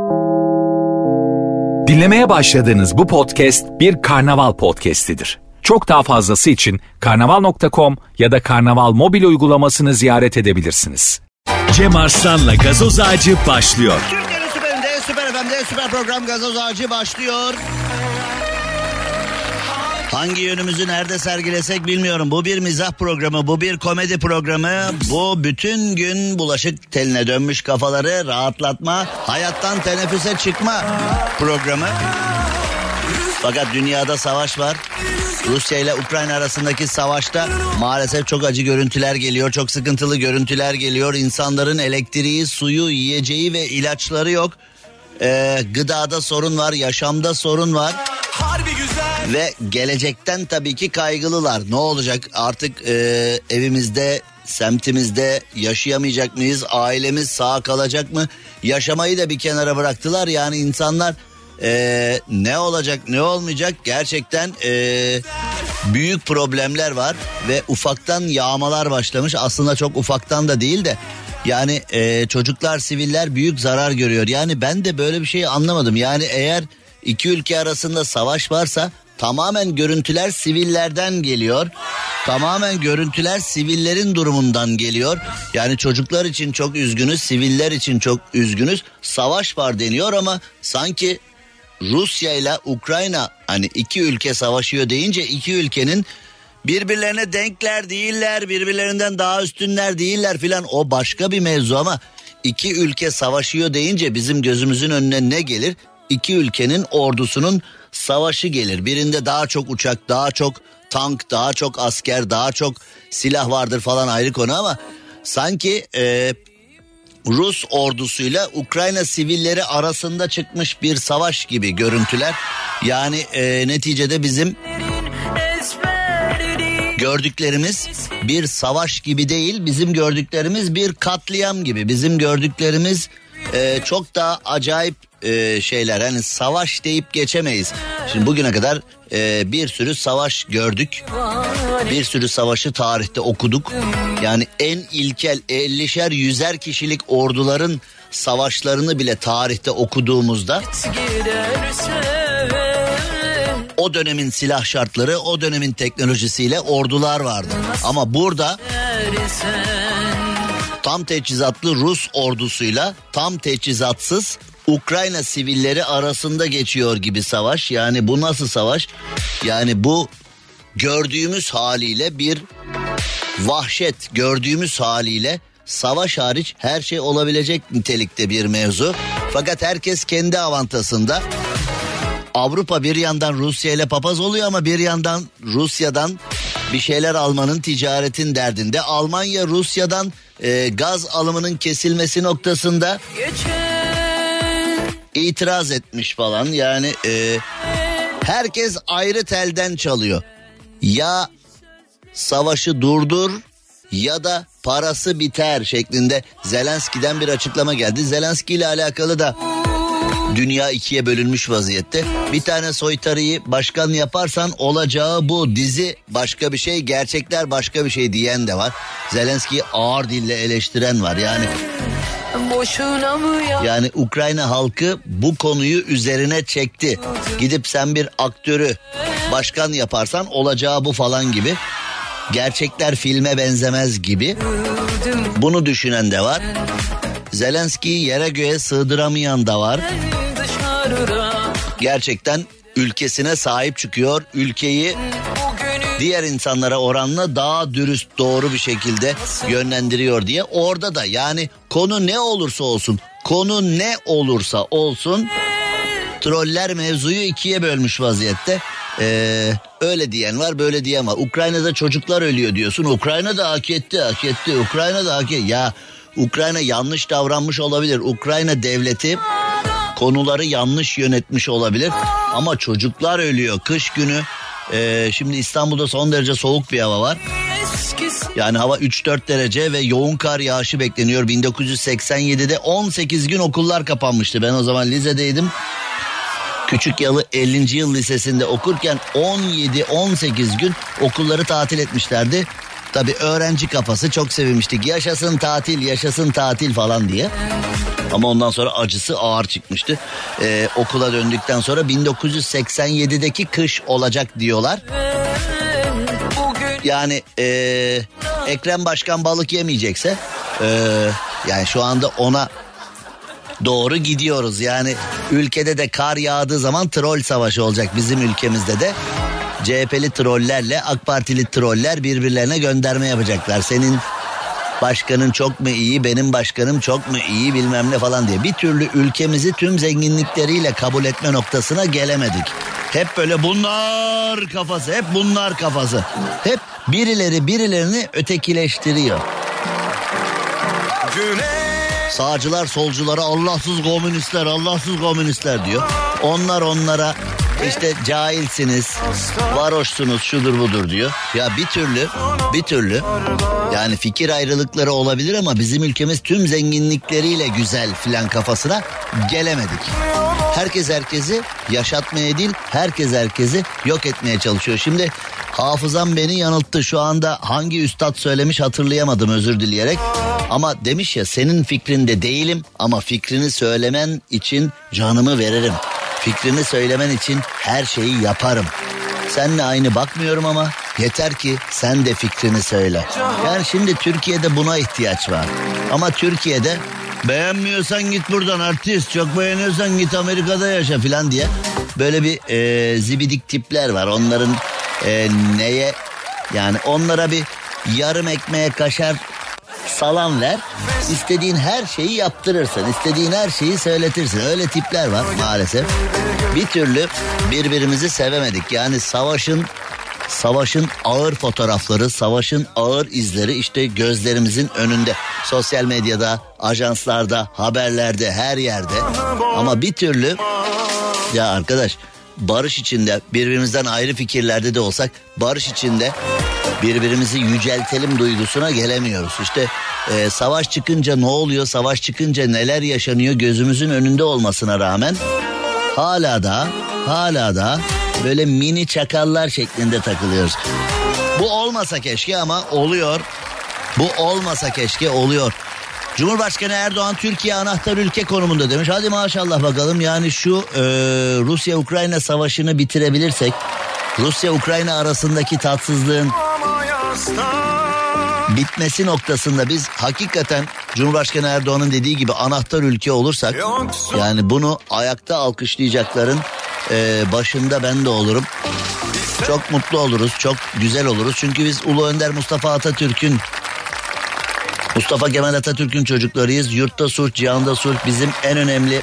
Dinlemeye başladığınız bu podcast bir karnaval podcastidir. Çok daha fazlası için karnaval.com ya da karnaval mobil uygulamasını ziyaret edebilirsiniz. Cem Arslan'la Gazoz Ağacı başlıyor. Türkiye'nin süperinde, Süper FM'de süper program Gazoz Ağacı başlıyor. Hangi yönümüzü nerede sergilesek bilmiyorum. Bu bir mizah programı, bu bir komedi programı. Bu bütün gün bulaşık teline dönmüş kafaları rahatlatma, hayattan teneffüse çıkma programı. Fakat dünyada savaş var. Rusya ile Ukrayna arasındaki savaşta maalesef çok acı görüntüler geliyor. Çok sıkıntılı görüntüler geliyor. İnsanların elektriği, suyu, yiyeceği ve ilaçları yok. Gıdada sorun var, yaşamda sorun var. Ve gelecekten tabii ki kaygılılar. Ne olacak artık evimizde, semtimizde yaşayamayacak mıyız? Ailemiz sağ kalacak mı? Yaşamayı da bir kenara bıraktılar. Yani insanlar ne olacak ne olmayacak gerçekten büyük problemler var. Ve ufaktan yağmalar başlamış. Aslında çok ufaktan da değil de. Yani çocuklar, siviller büyük zarar görüyor. Yani ben de böyle bir şey anlamadım. Yani eğer iki ülke arasında savaş varsa tamamen görüntüler sivillerden geliyor. Tamamen görüntüler sivillerin durumundan geliyor. Yani çocuklar için çok üzgünüz, siviller için çok üzgünüz. Savaş var deniyor ama sanki Rusya ile Ukrayna hani iki ülke savaşıyor deyince iki ülkenin birbirlerine denkler değiller, birbirlerinden daha üstünler değiller filan, o başka bir mevzu ama iki ülke savaşıyor deyince bizim gözümüzün önüne ne gelir? İki ülkenin ordusunun savaşı gelir. Birinde daha çok uçak, daha çok tank, daha çok asker, daha çok silah vardır falan, ayrı konu ama sanki Rus ordusuyla Ukrayna sivilleri arasında çıkmış bir savaş gibi görüntüler. Yani neticede bizim gördüklerimiz bir savaş gibi değil, bizim gördüklerimiz bir katliam gibi. Bizim gördüklerimiz çok daha acayip şeyler. Hani savaş deyip geçemeyiz. Şimdi bugüne kadar bir sürü savaş gördük. Bir sürü savaşı tarihte okuduk. Yani en ilkel 50'şer 100'er kişilik orduların savaşlarını bile tarihte okuduğumuzda o dönemin silah şartları, o dönemin teknolojisiyle ordular vardı. Ama burada tam teçhizatlı Rus ordusuyla tam teçhizatsız Ukrayna sivilleri arasında geçiyor gibi savaş. Yani bu nasıl savaş? Yani bu gördüğümüz haliyle bir vahşet, gördüğümüz haliyle savaş hariç her şey olabilecek nitelikte bir mevzu. Fakat herkes kendi avantasında. Avrupa bir yandan Rusya ile papaz oluyor ama bir yandan Rusya'dan bir şeyler almanın, ticaretin derdinde. Almanya Rusya'dan gaz alımının kesilmesi noktasında itiraz etmiş falan. Yani herkes ayrı telden çalıyor. Ya savaşı durdur ya da parası biter şeklinde Zelenski'den bir açıklama geldi. Zelenski ile alakalı da dünya ikiye bölünmüş vaziyette. Bir tane soytarıyı başkan yaparsan olacağı bu. Dizi başka bir şey, gerçekler başka bir şey diyen de var. Zelenski'yi ağır dille eleştiren var. Yani Ukrayna halkı bu konuyu üzerine çekti. Gidip sen bir aktörü başkan yaparsan olacağı bu falan gibi. Gerçekler filme benzemez gibi. Bunu düşünen de var. Zelenski'yi yere göğe sığdıramayan da var. Gerçekten ülkesine sahip çıkıyor. Ülkeyi diğer insanlara oranla daha dürüst, doğru bir şekilde yönlendiriyor diye. Orada da yani konu ne olursa olsun, konu ne olursa olsun troller mevzuyu ikiye bölmüş vaziyette. Öyle diyen var, böyle diyen var. Ukrayna'da çocuklar ölüyor diyorsun. Ukrayna da hak etti. Ukrayna da hak etti. Ya Ukrayna yanlış davranmış olabilir. Ukrayna devleti konuları yanlış yönetmiş olabilir. Ama çocuklar ölüyor. Kış günü. Şimdi İstanbul'da son derece soğuk bir hava var. Yani hava 3-4 derece ve yoğun kar yağışı bekleniyor. 1987'de 18 gün okullar kapanmıştı. Ben o zaman lisedeydim. Küçükyalı 50. yıl lisesinde okurken 17-18 gün okulları tatil etmişlerdi. Tabii öğrenci kafası, çok sevinmiştik. Yaşasın tatil, yaşasın tatil falan diye. Ama ondan sonra acısı ağır çıkmıştı. Okula döndükten sonra 1987'deki kış olacak diyorlar. Yani Ekrem Başkan balık yemeyecekse yani şu anda ona doğru gidiyoruz. Yani ülkede de kar yağdığı zaman troll savaşı olacak bizim ülkemizde de. CHP'li trollerle AK Partili troller birbirlerine gönderme yapacaklar. Senin başkanın çok mu iyi, benim başkanım çok mu iyi bilmem ne falan diye. Bir türlü ülkemizi tüm zenginlikleriyle kabul etme noktasına gelemedik. Hep böyle bunlar kafası, hep bunlar kafası. Hep birileri birilerini ötekileştiriyor. Sağcılar solculara Allahsız komünistler diyor. Onlar onlara işte cahilsiniz, varoşsunuz, şudur budur diyor. Ya bir türlü yani fikir ayrılıkları olabilir ama bizim ülkemiz tüm zenginlikleriyle güzel filan kafasına gelemedik. Herkes herkesi yaşatmaya değil, herkes herkesi yok etmeye çalışıyor. Şimdi hafızam beni yanılttı. Şu anda hangi üstad söylemiş hatırlayamadım, özür dileyerek. Ama demiş ya, senin fikrinde değilim ama fikrini söylemen için canımı veririm. Fikrini söylemen için her şeyi yaparım. Seninle aynı bakmıyorum ama yeter ki sen de fikrini söyle. Yani şimdi Türkiye'de buna ihtiyaç var. Ama Türkiye'de beğenmiyorsan git buradan artist, çok beğeniyorsan git Amerika'da yaşa filan diye böyle bir zibidik tipler var. Onların neye yani onlara bir yarım ekmeğe kaşar salam ver, istediğin her şeyi yaptırırsın, istediğin her şeyi söyletirsin. Öyle tipler var maalesef. Bir türlü birbirimizi sevemedik. Yani savaşın ağır fotoğrafları, savaşın ağır izleri işte gözlerimizin önünde. Sosyal medyada, ajanslarda, haberlerde, her yerde. Ama bir türlü ya arkadaş, barış içinde birbirimizden ayrı fikirlerde de olsak barış içinde birbirimizi yüceltelim duygusuna gelemiyoruz. İşte savaş çıkınca ne oluyor, savaş çıkınca neler yaşanıyor gözümüzün önünde olmasına rağmen hala da böyle mini çakallar şeklinde takılıyoruz. Bu olmasa keşke ama oluyor. Bu olmasa keşke oluyor. Cumhurbaşkanı Erdoğan Türkiye anahtar ülke konumunda demiş. Hadi maşallah bakalım, yani şu Rusya-Ukrayna savaşını bitirebilirsek, Rusya-Ukrayna arasındaki tatsızlığın bitmesi noktasında biz hakikaten Cumhurbaşkanı Erdoğan'ın dediği gibi anahtar ülke olursak, yani bunu ayakta alkışlayacakların başında ben de olurum. Çok mutlu oluruz, çok güzel oluruz. Çünkü biz Ulu Önder Mustafa Kemal Atatürk'ün çocuklarıyız. Yurtta sulh, cihanda sulh bizim en önemli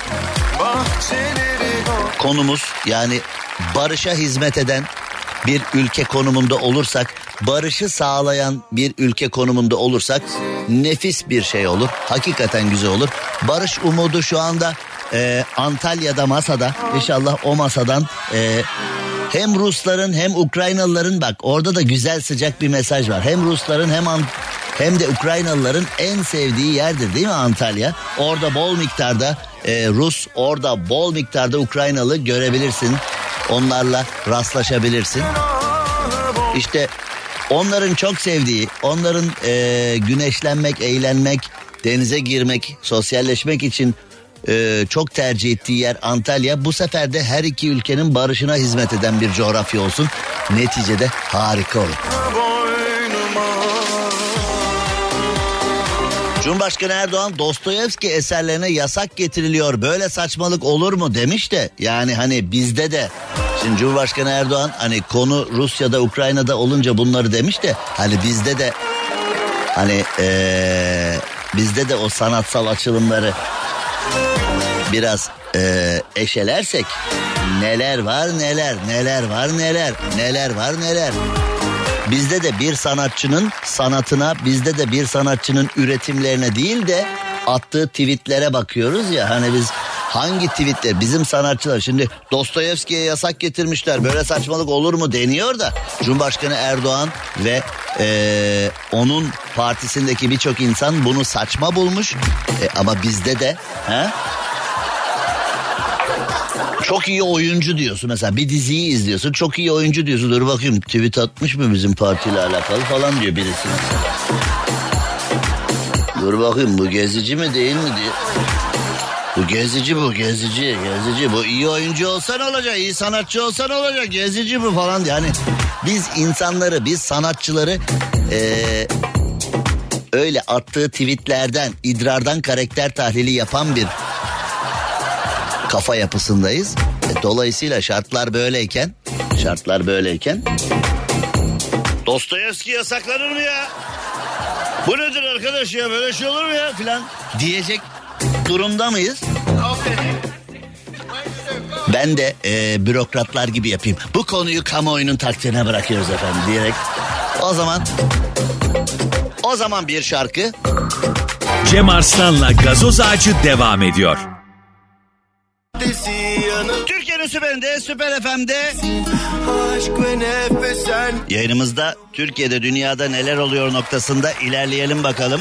konumuz. Yani barışa hizmet eden bir ülke konumunda olursak, barışı sağlayan bir ülke konumunda olursak nefis bir şey olur. Hakikaten güzel olur. Barış umudu şu anda Antalya'da masada. İnşallah o masadan hem Rusların hem Ukraynalıların, bak orada da güzel sıcak bir mesaj var. Hem Rusların hem de Ukraynalıların en sevdiği yerdir değil mi Antalya? Orada bol miktarda Rus, orada bol miktarda Ukraynalı görebilirsin. Onlarla rastlaşabilirsin. İşte onların çok sevdiği, onların güneşlenmek, eğlenmek, denize girmek, sosyalleşmek için çok tercih ettiği yer Antalya. Bu sefer de her iki ülkenin barışına hizmet eden bir coğrafya olsun. Neticede harika olur. Cumhurbaşkanı Erdoğan Dostoyevski eserlerine yasak getiriliyor, böyle saçmalık olur mu demiş de, yani hani bizde de şimdi Cumhurbaşkanı Erdoğan hani konu Rusya'da Ukrayna'da olunca bunları demiş de hani bizde de hani bizde de o sanatsal açılımları biraz eşelersek neler var neler. Bizde de bir sanatçının sanatına, bizde de bir sanatçının üretimlerine değil de attığı tweetlere bakıyoruz ya, hani biz hangi tweetler, bizim sanatçılar şimdi Dostoyevski'ye yasak getirmişler, böyle saçmalık olur mu deniyor da Cumhurbaşkanı Erdoğan ve onun partisindeki birçok insan bunu saçma bulmuş ama bizde de çok iyi oyuncu diyorsun mesela, bir diziyi izliyorsun, çok iyi oyuncu diyorsun, dur bakayım tweet atmış mı bizim partiyle alakalı falan diyor birisi mesela. Dur bakayım bu gezici mi değil mi diyor. Bu gezici bu iyi oyuncu olsa ne olacak, iyi sanatçı olsa ne olacak, gezici bu falan. Yani biz insanları, biz sanatçıları öyle attığı tweetlerden, idrardan karakter tahlili yapan bir kafa yapısındayız. Dolayısıyla şartlar böyleyken Dostoyevski yasaklanır mı ya? Bu nedir arkadaş ya, böyle şey olur mu ya filan diyecek durumda mıyız? Ben de bürokratlar gibi yapayım. Bu konuyu kamuoyunun takdirine bırakıyoruz efendim diyerek. O zaman bir şarkı. Cem Arslan'la Gazoz Ağacı devam ediyor. Türkiye'nin süperinde, Süper FM'de yayınımızda Türkiye'de dünyada neler oluyor noktasında ilerleyelim bakalım.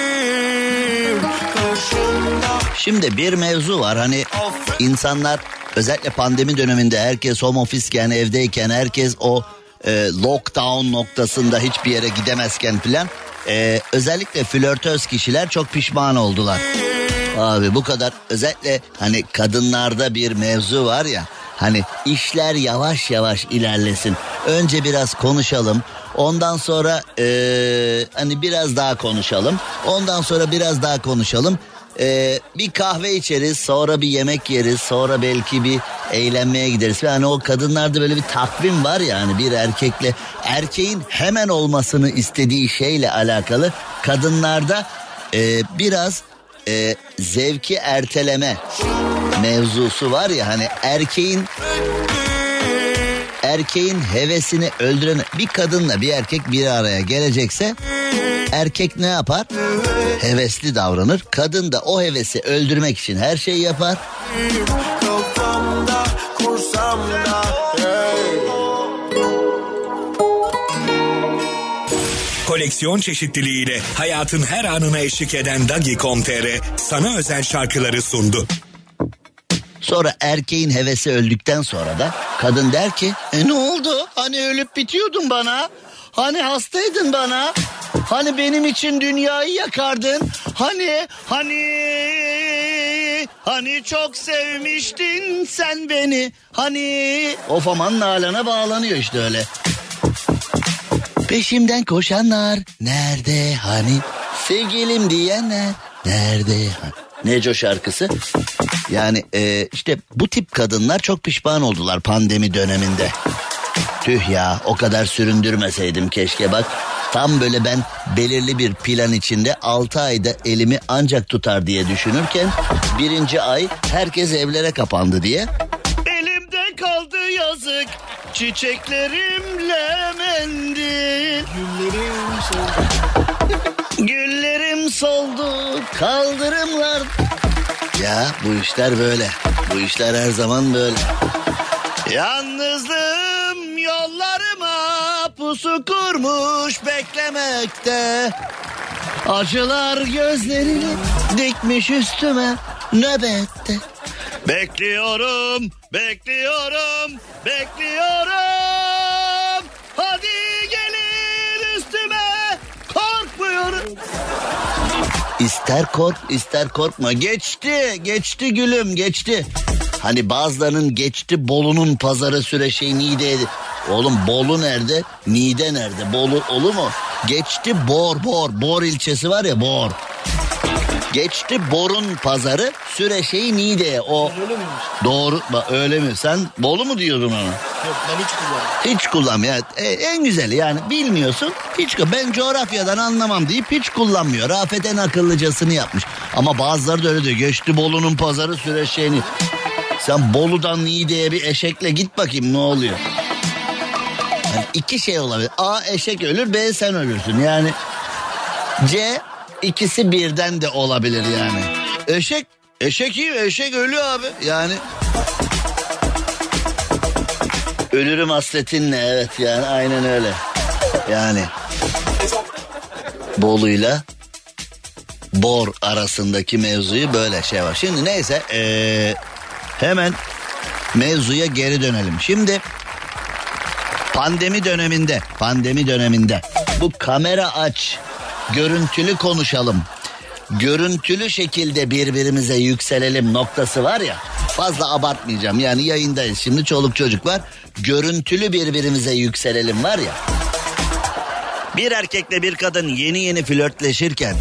Şimdi bir mevzu var, hani insanlar özellikle pandemi döneminde herkes home office'ken, evdeyken, herkes o lockdown noktasında hiçbir yere gidemezken filan özellikle flörtöz kişiler çok pişman oldular. Abi bu kadar, özellikle hani kadınlarda bir mevzu var ya, hani işler yavaş yavaş ilerlesin. Önce biraz konuşalım. Ondan sonra hani biraz daha konuşalım. Ondan sonra biraz daha konuşalım. Bir kahve içeriz, sonra bir yemek yeriz, sonra belki bir eğlenmeye gideriz. Yani o kadınlarda böyle bir takvim var ya, hani bir erkekle, erkeğin hemen olmasını istediği şeyle alakalı kadınlarda biraz zevki erteleme mevzusu var ya, hani erkeğin hevesini öldüren bir kadınla bir erkek bir araya gelecekse erkek ne yapar? Hevesli davranır. Kadın da o hevesi öldürmek için her şeyi yapar. Koleksiyon çeşitliliğiyle hayatın her anına eşlik eden Dagi.com.tr sana özel şarkıları sundu. Sonra erkeğin hevesi öldükten sonra da kadın der ki ne oldu? Hani ölüp bitiyordun bana? Hani hastaydın bana? Hani benim için dünyayı yakardın? Hani çok sevmiştin sen beni? Hani of aman nalana bağlanıyor işte öyle. Peşimden koşanlar nerede hani? Sevgilim diyenler nerede hani? Neco şarkısı. Yani işte bu tip kadınlar çok pişman oldular pandemi döneminde. Tüh ya, o kadar süründürmeseydim keşke, bak. Tam böyle ben belirli bir plan içinde 6 ayda elimi ancak tutar diye düşünürken 1. ay herkes evlere kapandı diye. Elimde kaldı yazık çiçeklerimle mendil. Güllerim soldu kaldırımlar. Ya bu işler böyle. Bu işler her zaman böyle. Yalnızlığım yollarıma pusu kurmuş beklemekte. Acılar gözlerini dikmiş üstüme nöbette. Bekliyorum. Hadi gelin üstüme, korkmuyorum. İster kork ister korkma. Geçti gülüm, geçti. Hani bazılarının geçti Bolu'nun pazarı Süreşe Niğde'ydi. Oğlum Bolu nerede? Niğde nerede? Bolu olur mu? Geçti Bor ilçesi var ya, Bor. Geçti Bor'un pazarı Süreşe Niğde'ye. O doğru öyle mi? Sen Bolu mu diyordun ona? Yok, ben hiç kullanmıyorum. Hiç kullanmıyor. En güzeli yani, bilmiyorsun. Ben coğrafyadan anlamam deyip hiç kullanmıyor. Rafet en akıllıcasını yapmış. Ama bazıları da öyle diyor. Geçti Bolu'nun pazarı Süreşe Niğde. Sen Bolu'dan Niğde'ye bir eşekle git bakayım ne oluyor? Yani iki şey olabilir. A eşek ölür, B sen ölürsün. Yani C ikisi birden de olabilir yani. Eşek iyi, eşek ölüyor abi. Yani ölürüm hasretinle, evet yani aynen öyle. Yani Bolu'yla Bor arasındaki mevzuyu böyle şey var. Şimdi neyse hemen mevzuya geri dönelim. Şimdi pandemi döneminde bu kamera aç, görüntülü konuşalım, görüntülü şekilde birbirimize yükselelim noktası var ya. Fazla abartmayacağım, yani yayındayız şimdi, çoluk çocuk var. Görüntülü birbirimize yükselelim var ya. Bir erkekle bir kadın yeni flörtleşirken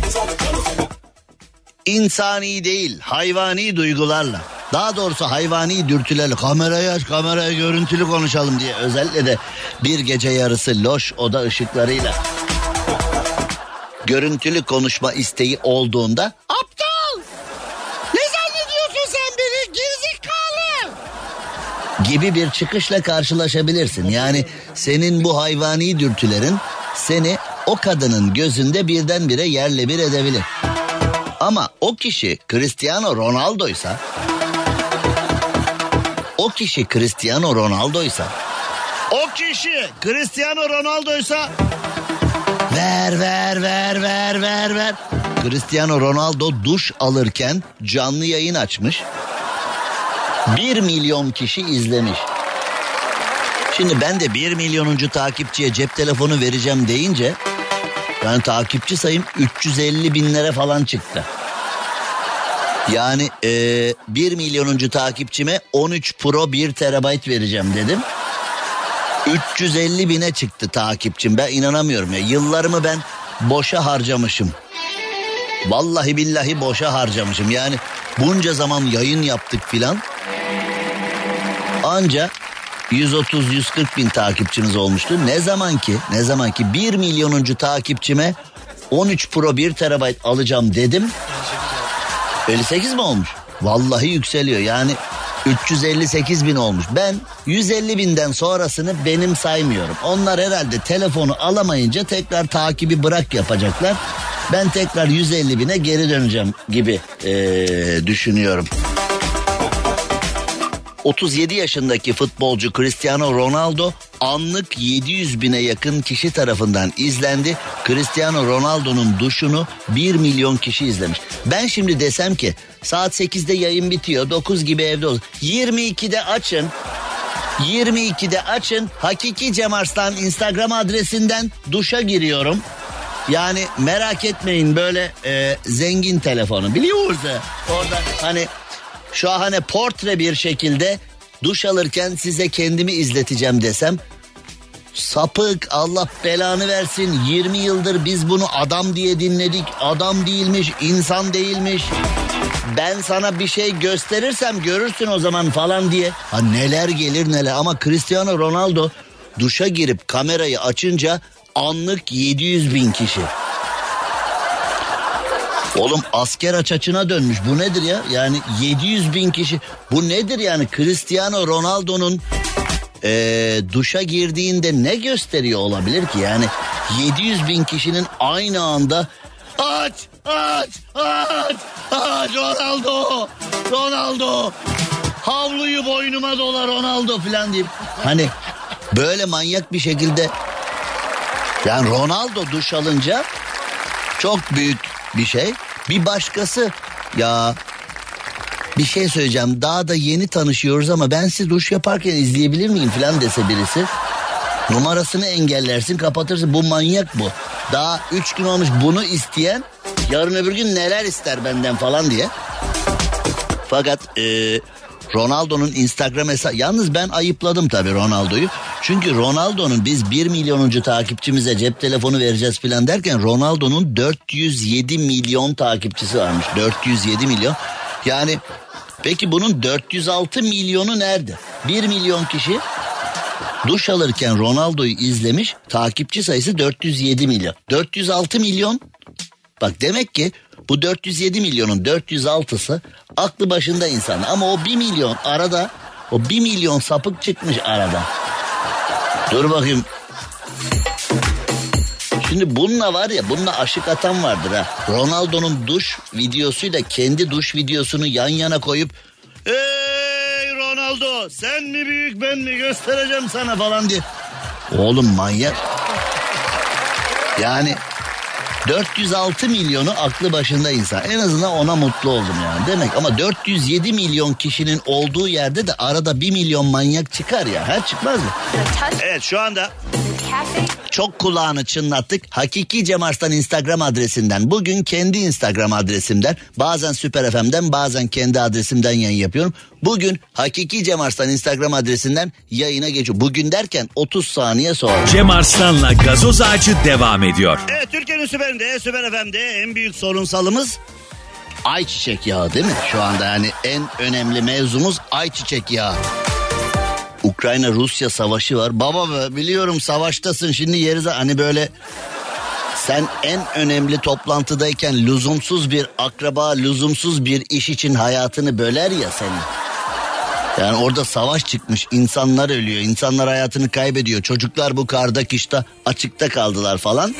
insani değil hayvani duygularla, daha doğrusu hayvani dürtülerle, kamerayı aç, kameraya görüntülü konuşalım diye, özellikle de bir gece yarısı loş oda ışıklarıyla görüntülü konuşma isteği olduğunda, aptal ne zannediyorsun sen beni, gerizekalı gibi bir çıkışla karşılaşabilirsin. Yani senin bu hayvani dürtülerin seni o kadının gözünde birdenbire yerle bir edebilir. Ama o kişi Cristiano Ronaldo'ysa, ver. Cristiano Ronaldo duş alırken canlı yayın açmış. 1 milyon kişi izlemiş. Şimdi ben de 1 milyonuncu takipçiye cep telefonu vereceğim deyince, yani takipçi sayım 350 binlere falan çıktı. Yani 1 milyonuncu takipçime 13 Pro 1 terabayt vereceğim dedim. 350 bine çıktı takipçim. Ben inanamıyorum ya. Yıllarımı ben boşa harcamışım. Vallahi billahi boşa harcamışım. Yani bunca zaman yayın yaptık filan. Anca 130-140 bin takipçimiz olmuştu. Ne zaman ki 1 milyonuncu takipçime 13 Pro 1 terabayt alacağım dedim. 58 mi olmuş? Vallahi yükseliyor. Yani 358 bin olmuş. Ben 150 binden sonrasını benim saymıyorum. Onlar herhalde telefonu alamayınca tekrar takibi bırak yapacaklar. Ben tekrar 150 bine geri döneceğim gibi düşünüyorum. 37 yaşındaki futbolcu Cristiano Ronaldo anlık 700 bine yakın kişi tarafından izlendi. Cristiano Ronaldo'nun duşunu 1 milyon kişi izlemiş. Ben şimdi desem ki saat 8'de yayın bitiyor, 9 gibi evde olsun. 22'de açın. Hakiki Cem Arslan Instagram adresinden duşa giriyorum. Yani merak etmeyin, böyle zengin telefonu biliyoruz ya. Orada hani şahane portre bir şekilde duş alırken size kendimi izleteceğim desem, sapık, Allah belanı versin, 20 yıldır biz bunu adam diye dinledik, adam değilmiş, insan değilmiş, ben sana bir şey gösterirsem görürsün o zaman falan diye. Ha neler gelir neler. Ama Cristiano Ronaldo duşa girip kamerayı açınca anlık 700 bin kişi. Oğlum asker açıçına dönmüş. Bu nedir ya? Yani 700 bin kişi. Bu nedir yani? Cristiano Ronaldo'nun duşa girdiğinde ne gösteriyor olabilir ki? Yani 700 bin kişinin aynı anda aç Ronaldo havluyu boynuma dola Ronaldo falan deyip, hani böyle manyak bir şekilde, yani Ronaldo duş alınca çok büyük bir şey. Bir başkası, ya bir şey söyleyeceğim, daha da yeni tanışıyoruz ama ben sizi duş yaparken izleyebilir miyim falan dese birisi, numarasını engellersin, kapatırsın. Bu manyak bu. Daha 3 gün olmuş bunu isteyen, yarın öbür gün neler ister benden falan diye. Fakat Ronaldo'nun Instagram hesabı, yalnız ben ayıpladım tabii Ronaldo'yu. Çünkü Ronaldo'nun biz 1 milyonuncu takipçimize cep telefonu vereceğiz falan derken, Ronaldo'nun 407 milyon takipçisi varmış. 407 milyon. Yani peki bunun 406 milyonu nerede? 1 milyon kişi duş alırken Ronaldo'yu izlemiş, takipçi sayısı 407 milyon. 406 milyon, bak demek ki bu 407 milyonun 406'sı aklı başında insan. Ama o 1 milyon arada, o 1 milyon sapık çıkmış arada. Dur bakayım. Şimdi bununla var ya, bununla aşık atan vardır ha. Ronaldo'nun duş videosuyla kendi duş videosunu yan yana koyup, "Ey Ronaldo, sen mi büyük ben mi, göstereceğim sana" falan diye. Oğlum manyak. Yani 406 milyonu aklı başında insan. En azından ona mutlu oldum yani. Demek ama 407 milyon kişinin olduğu yerde de arada 1 milyon manyak çıkar ya. Ha, çıkmaz mı? Evet, şu anda Çok kulağını çınlattık. Hakiki Cem Arslan Instagram adresinden, bugün kendi Instagram adresimden, bazen Süper FM'den, bazen kendi adresimden yayın yapıyorum. Bugün Hakiki Cem Arslan Instagram adresinden yayına geçiyor. Bugün derken 30 saniye sonra. Cem Arslan'la Gazoz Ağacı devam ediyor. Evet, Türkiye'nin Süper FM'de en büyük sorunsalımız ayçiçek yağı değil mi? Şu anda yani en önemli mevzumuz ayçiçek yağı. Ukrayna-Rusya savaşı var. Baba biliyorum savaştasın, şimdi yeriz hani böyle sen en önemli toplantıdayken lüzumsuz bir akraba, lüzumsuz bir iş için hayatını böler ya senin. Yani orada savaş çıkmış, insanlar ölüyor, insanlar hayatını kaybediyor. Çocuklar bu karda kışta açıkta kaldılar falan.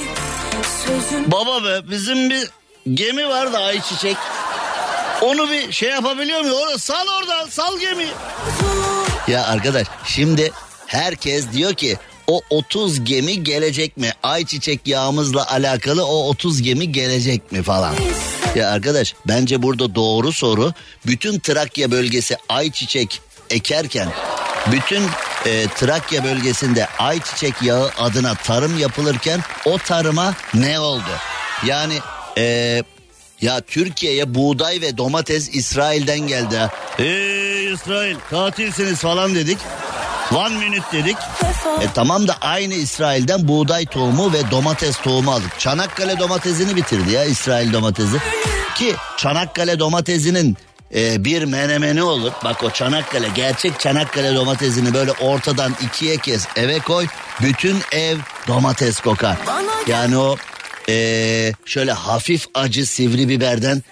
Baba bizim bir gemi var da ayçiçek. Onu bir şey yapabiliyor muyum? Sal oradan, sal gemiyi. Ya arkadaş, şimdi herkes diyor ki o 30 gemi gelecek mi? Ayçiçek yağımızla alakalı o 30 gemi gelecek mi falan. Ya arkadaş, bence burada doğru soru, bütün Trakya bölgesi ayçiçek ekerken, bütün Trakya bölgesinde ayçiçek yağı adına tarım yapılırken o tarıma ne oldu? Yani ya Türkiye'ye buğday ve domates İsrail'den geldi ha. İsrail tatilsiniz falan dedik. 1 minute dedik. Tamam da aynı İsrail'den buğday tohumu ve domates tohumu aldık. Çanakkale domatesini bitirdi ya İsrail domatesi. Ki Çanakkale domatesinin bir menemeni olur. Bak o Çanakkale, gerçek Çanakkale domatesini böyle ortadan ikiye kes, eve koy. Bütün ev domates kokar. Yani o şöyle hafif acı sivri biberden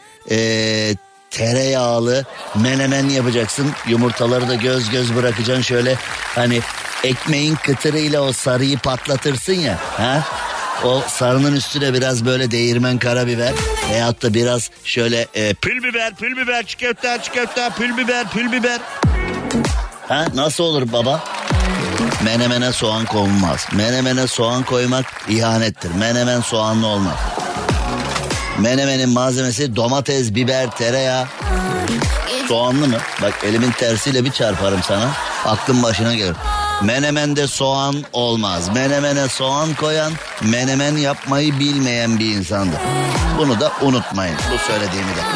tereyağlı menemen yapacaksın. Yumurtaları da göz göz bırakacaksın, şöyle hani ekmeğin kıtırıyla o sarıyı patlatırsın ya. Ha? O sarının üstüne biraz böyle değirmen karabiber veyahut da biraz şöyle pül biber, çiğ köfte, pül biber. Ha, nasıl olur baba? Menemene soğan konmaz. Menemene soğan koymak ihanettir. Menemen soğanlı olmaz. Menemenin malzemesi domates, biber, tereyağı. Soğanlı mı? Bak elimin tersiyle bir çarparım sana. Aklın başına gelir. Menemende soğan olmaz. Menemene soğan koyan, menemen yapmayı bilmeyen bir insandır. Bunu da unutmayın, bu söylediğimi de.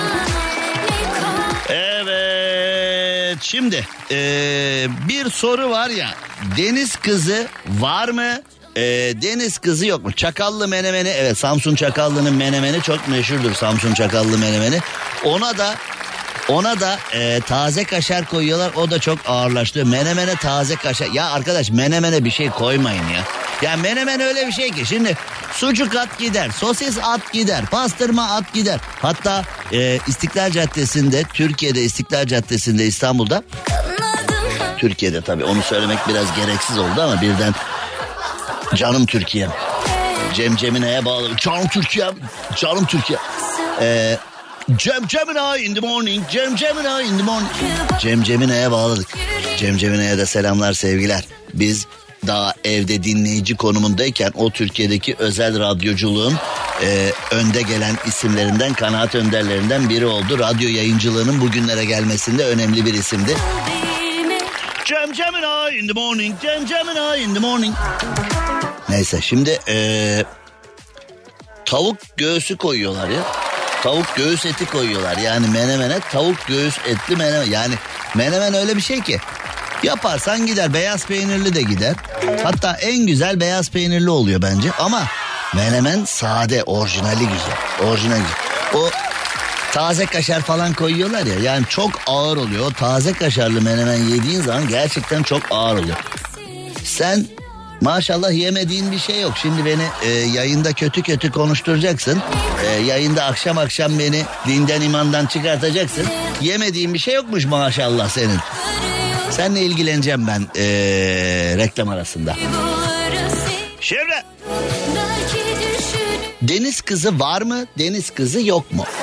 Evet, şimdi bir soru var ya, deniz kızı var mı? Deniz kızı yok mu? Çakallı menemeni, evet, Samsun Çakallı'nın menemeni çok meşhurdur, Samsun Çakallı menemeni. Ona da taze kaşar koyuyorlar, o da çok ağırlaştırıyor. Menemene taze kaşar, ya arkadaş menemene bir şey koymayın ya. Ya menemen öyle bir şey ki, şimdi sucuk at gider, sosis at gider, pastırma at gider. Hatta İstiklal Caddesi'nde, Türkiye'de İstiklal Caddesi'nde, İstanbul'da, Türkiye'de tabii onu söylemek biraz gereksiz oldu ama birden canım Türkiye'm, Cem'e bağlı, canım Türkiye'm, canım Türkiye. Cem'ine in the morning, Cem'ine in the morning. Cem'ine'ye bağladık. Cem'ine'ye de selamlar, sevgiler. Biz daha evde dinleyici konumundayken o Türkiye'deki özel radyoculuğun önde gelen isimlerinden, kanaat önderlerinden biri oldu. Radyo yayıncılığının bugünlere gelmesinde önemli bir isimdi. Cem'ine in the morning, Cem'ine in the morning. Neyse, şimdi tavuk göğsü koyuyorlar ya. Tavuk göğüs eti koyuyorlar. Yani menemene tavuk göğüs etli menemen. Yani menemen öyle bir şey ki yaparsan gider. Beyaz peynirli de gider. Hatta en güzel beyaz peynirli oluyor bence. Ama menemen sade, orijinali güzel. Orijinali güzel. O taze kaşar falan koyuyorlar ya. Yani çok ağır oluyor. O taze kaşarlı menemen yediğin zaman gerçekten çok ağır oluyor. Sen maşallah yemediğin bir şey yok. Şimdi beni yayında kötü konuşturacaksın. Yayında akşam beni dinden imandan çıkartacaksın. Yemediğin bir şey yokmuş maşallah senin. Seninle ilgileneceğim ben reklam arasında. Şimdi deniz kızı var mı? Deniz kızı yok mu?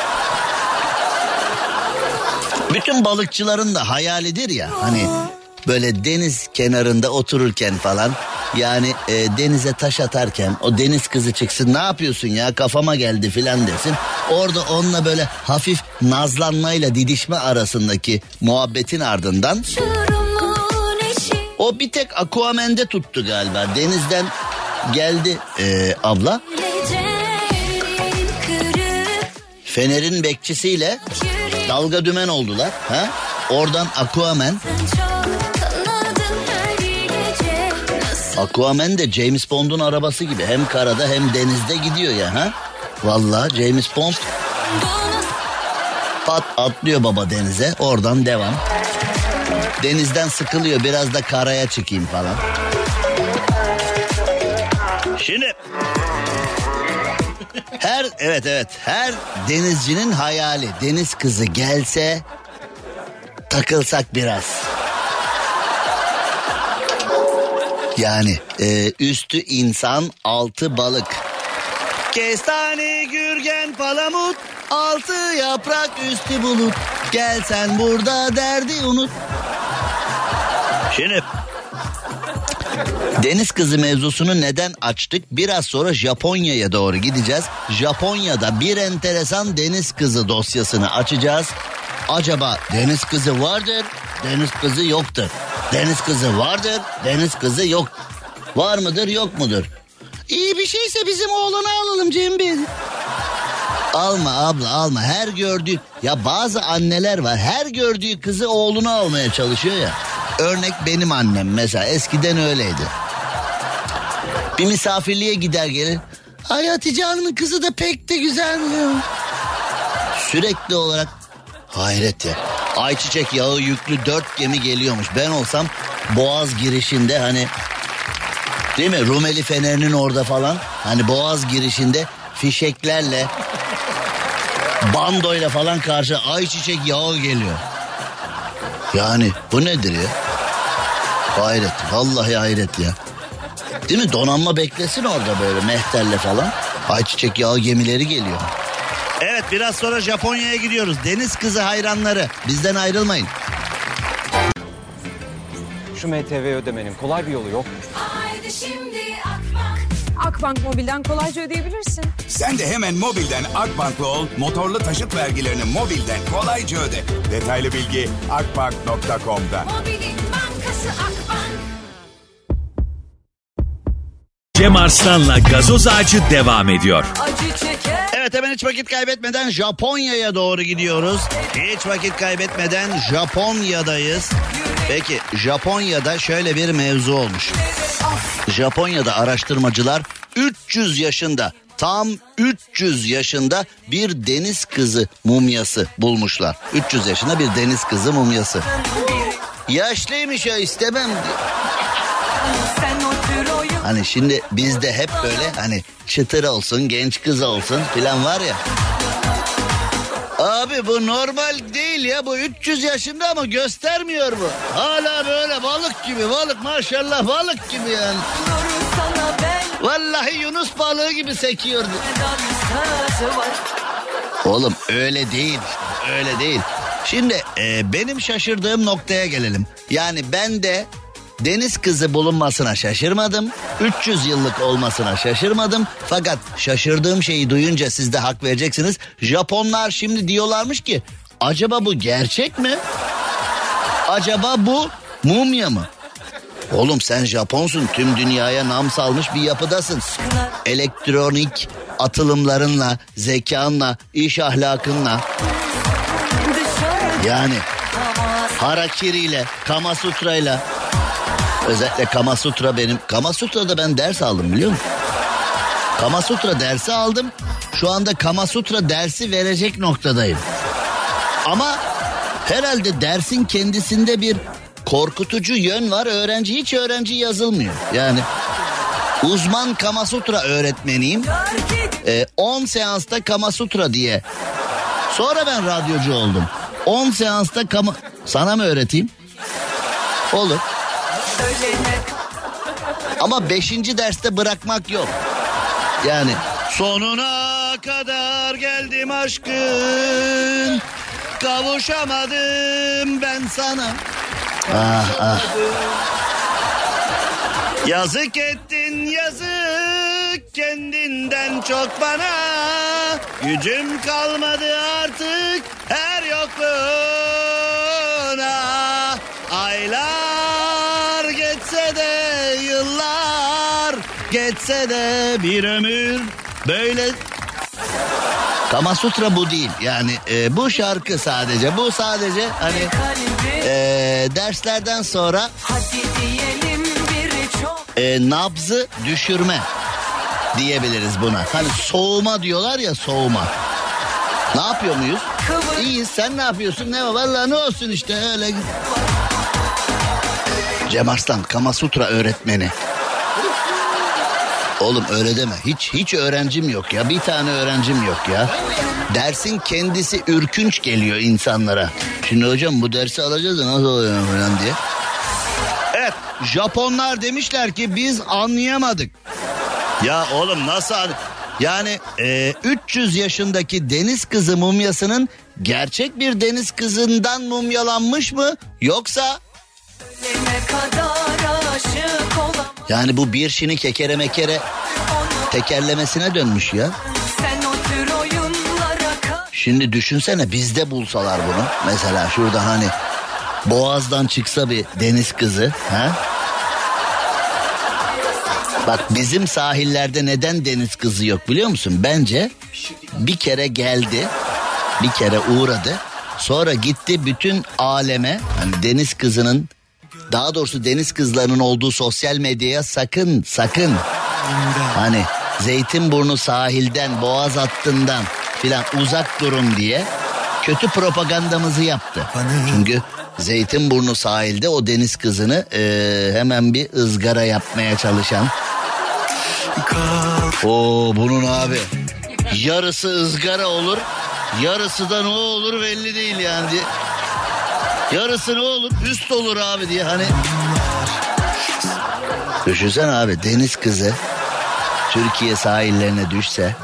Bütün balıkçıların da hayalidir ya. Hani böyle deniz kenarında otururken falan, yani denize taş atarken o deniz kızı çıksın, ne yapıyorsun ya, kafama geldi filan desin. Orada onunla böyle hafif nazlanmayla didişme arasındaki muhabbetin ardından O bir tek Aquaman'de tuttu galiba. Denizden geldi abla. Fener'in bekçisiyle dalga dümen oldular. Ha? Oradan Aquaman. Aquaman de James Bond'un arabası gibi. Hem karada hem denizde gidiyor ya. Ha? Vallahi James Bond. Pat atlıyor baba denize. Oradan devam. Denizden sıkılıyor. Biraz da karaya çıkayım falan. Şimdi her denizcinin hayali, deniz kızı gelse takılsak biraz. Yani üstü insan, altı balık. Kestane, gürgen, palamut, altı yaprak, üstü bulut. Gel sen burada derdi unut. Şimdi deniz kızı mevzusunu neden açtık? Biraz sonra Japonya'ya doğru gideceğiz. Japonya'da bir enteresan deniz kızı dosyasını açacağız. Acaba deniz kızı vardır, deniz kızı yoktur. Deniz kızı vardır, deniz kızı yok. Var mıdır, yok mudur? İyi bir şeyse bizim oğlanı alalım Cem Bey. Alma abla alma. Her gördüğü, ya bazı anneler var, her gördüğü kızı oğlunu almaya çalışıyor ya. Örnek benim annem mesela, eskiden öyleydi. Bir misafirliğe gider gelir. Ay Hatice Hanım'ın kızı da pek de güzel mi? Sürekli olarak hayret ya. Ayçiçek yağı yüklü 4 gemi geliyormuş. Ben olsam Boğaz girişinde hani, değil mi? Rumeli Fener'in orada falan. Hani Boğaz girişinde fişeklerle, bandoyla falan karşı ayçiçek yağı geliyor. Yani bu nedir ya? Hayret. Vallahi hayret ya. Değil mi? Donanma beklesin orada böyle mehterle falan. Ayçiçek yağı gemileri geliyor. Evet, biraz sonra Japonya'ya gidiyoruz. Deniz kızı hayranları, bizden ayrılmayın. Şu MTV ödemenin kolay bir yolu yok. Haydi şimdi Akbank Mobil'den kolayca ödeyebilirsin. Sen de hemen mobilden Akbank'la ol, motorlu taşıt vergilerini mobilden kolayca öde. Detaylı bilgi akbank.com'da. Mobilin bankası Akbank. Cem Arslan'la Gazoz Ağacı devam ediyor. Acı çeker. Evet, hemen hiç vakit kaybetmeden Japonya'ya doğru gidiyoruz. Hiç vakit kaybetmeden Japonya'dayız. Peki Japonya'da şöyle bir mevzu olmuş. Japonya'da araştırmacılar 300 yaşında, tam 300 yaşında bir deniz kızı mumyası bulmuşlar. 300 yaşında bir deniz kızı mumyası. Yaşlıymış ya, istemem diyor. Hani şimdi bizde hep böyle hani çıtır olsun, genç kız olsun filan var ya. Abi bu normal değil ya, bu 300 yaşında ama göstermiyor bu. Hala böyle balık gibi, balık maşallah, balık gibi yani. Vallahi Yunus balığı gibi sekiyordu. Oğlum öyle değil işte, öyle değil. Şimdi benim şaşırdığım noktaya gelelim. Yani ben de deniz kızı bulunmasına şaşırmadım. 300 yıllık olmasına şaşırmadım. Fakat şaşırdığım şeyi duyunca siz de hak vereceksiniz. Japonlar şimdi diyorlarmış ki acaba bu gerçek mi? Acaba bu mumya mı? Oğlum sen Japonsun, tüm dünyaya nam salmış bir yapıdasın. Elektronik atılımlarınla, zekanla, iş ahlakınla, yani harakiriyle, Kama Sutra'yla. Özellikle Kama Sutra benim. Kama Sutra'da ben ders aldım, biliyor musun? Kama Sutra dersi aldım. Şu anda Kama Sutra dersi verecek noktadayım. Ama herhalde dersin kendisinde bir korkutucu yön var. Hiç öğrenci yazılmıyor. Yani uzman Kama Sutra öğretmeniyim. 10 seansta Kama Sutra diye. Sonra ben radyocu oldum. 10 seansta sana mı öğreteyim? Olur. Ama 5. derste bırakmak yok. Yani sonuna kadar geldim aşkın, kavuşamadım ben sana. Ah. Yazık ettin yazık, kendinden çok bana. Gücüm kalmadı artık her yokluğuna. Aylar geçti. etse de bir ömür böyle. Kamasutra bu değil. Yani bu şarkı sadece. Bu sadece hani derslerden sonra nabzı düşürme diyebiliriz buna. Hani soğuma diyorlar ya, soğuma. Ne yapıyor muyuz? İyiyiz, sen ne yapıyorsun? Ne var? Vallahi ne olsun işte öyle. Cem Arslan Kamasutra öğretmeni. Oğlum öyle deme. Hiç öğrencim yok ya. Bir tane öğrencim yok ya. Dersin kendisi ürkünç geliyor insanlara. Şimdi hocam bu dersi alacağız da nasıl oluyor falan diye. Evet, Japonlar demişler ki biz anlayamadık. Ya oğlum nasıl yani 300 yaşındaki deniz kızı mumyasının gerçek bir deniz kızından mumyalanmış mı, yoksa yani bu bir şini kekere mekere tekerlemesine dönmüş ya. Şimdi düşünsene bizde bulsalar bunu. Mesela şurada hani Boğaz'dan çıksa bir deniz kızı. Ha? Bak bizim sahillerde neden deniz kızı yok biliyor musun? Bence bir kere geldi, bir kere uğradı. Sonra gitti bütün aleme, hani deniz kızının, daha doğrusu deniz kızlarının olduğu sosyal medyaya sakın hani Zeytinburnu sahilden, Boğaz hattından filan uzak durun diye kötü propagandamızı yaptı. Çünkü Zeytinburnu sahilde o deniz kızını hemen bir ızgara yapmaya çalışan. Bunun abi yarısı ızgara olur, yarısı da ne olur belli değil yani diye. Yarısı ne olur, üst olur abi diye hani. Düşünsene abi, deniz kızı Türkiye sahillerine düşse.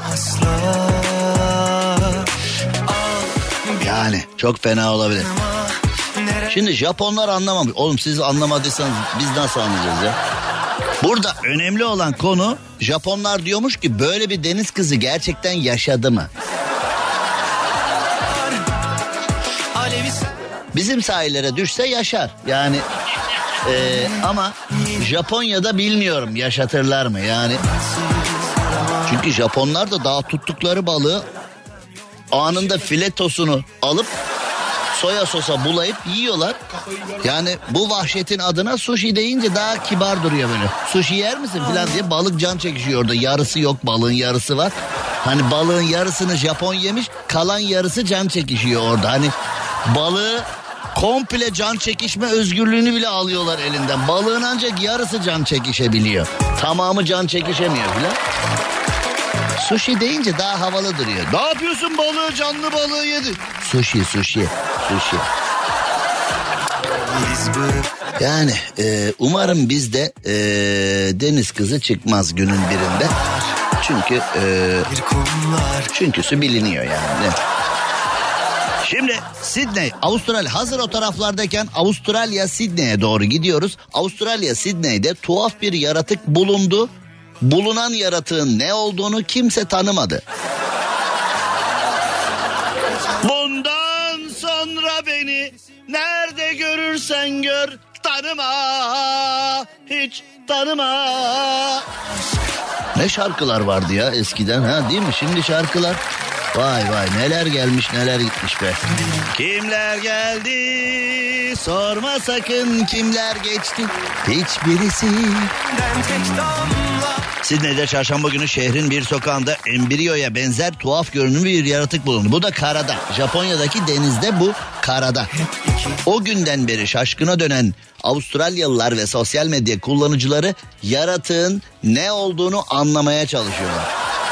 Yani çok fena olabilir. Şimdi Japonlar anlamamış. Oğlum siz anlamadıysanız biz nasıl anlayacağız ya? Burada önemli olan konu, Japonlar diyormuş ki böyle bir deniz kızı gerçekten yaşadı mı? Bizim sahillere düşse yaşar. Yani ama Japonya'da bilmiyorum yaşatırlar mı yani. Çünkü Japonlar da daha tuttukları balığı anında filetosunu alıp soya sosa bulayıp yiyorlar. Yani bu vahşetin adına sushi deyince daha kibar duruyor böyle. Sushi yer misin falan diye balık can çekişiyor orada. Yarısı yok, balığın yarısı var. Hani balığın yarısını Japon yemiş, kalan yarısı can çekişiyor orada. Hani balığı komple can çekişme özgürlüğünü bile alıyorlar elinden. Balığın ancak yarısı can çekişebiliyor. Tamamı can çekişemiyor falan. Sushi deyince daha havalı duruyor. Ne yapıyorsun, balığı, canlı balığı yedi. Sushi. Yani umarım bizde deniz kızı çıkmaz günün birinde. Çünküsü biliniyor yani. Şimdi Sydney, Avustralya. Hazır o taraflardayken Avustralya, Sydney'e doğru gidiyoruz. Avustralya, Sydney'de tuhaf bir yaratık bulundu. Bulunan yaratığın ne olduğunu kimse tanımadı. Bundan sonra beni nerede görürsen gör, tanıma, hiç tanıma. Ne şarkılar vardı ya eskiden, ha değil mi? Şimdi şarkılar vay neler gelmiş neler gitmiş be. Kimler geldi sorma sakın, kimler geçti hiçbirisi. Sydney'de çarşamba günü şehrin bir sokağında embriyoya benzer tuhaf görünümlü bir yaratık bulundu. Bu da karada. Japonya'daki denizde, bu karada. O günden beri şaşkına dönen Avustralyalılar ve sosyal medya kullanıcıları yaratığın ne olduğunu anlamaya çalışıyorlar.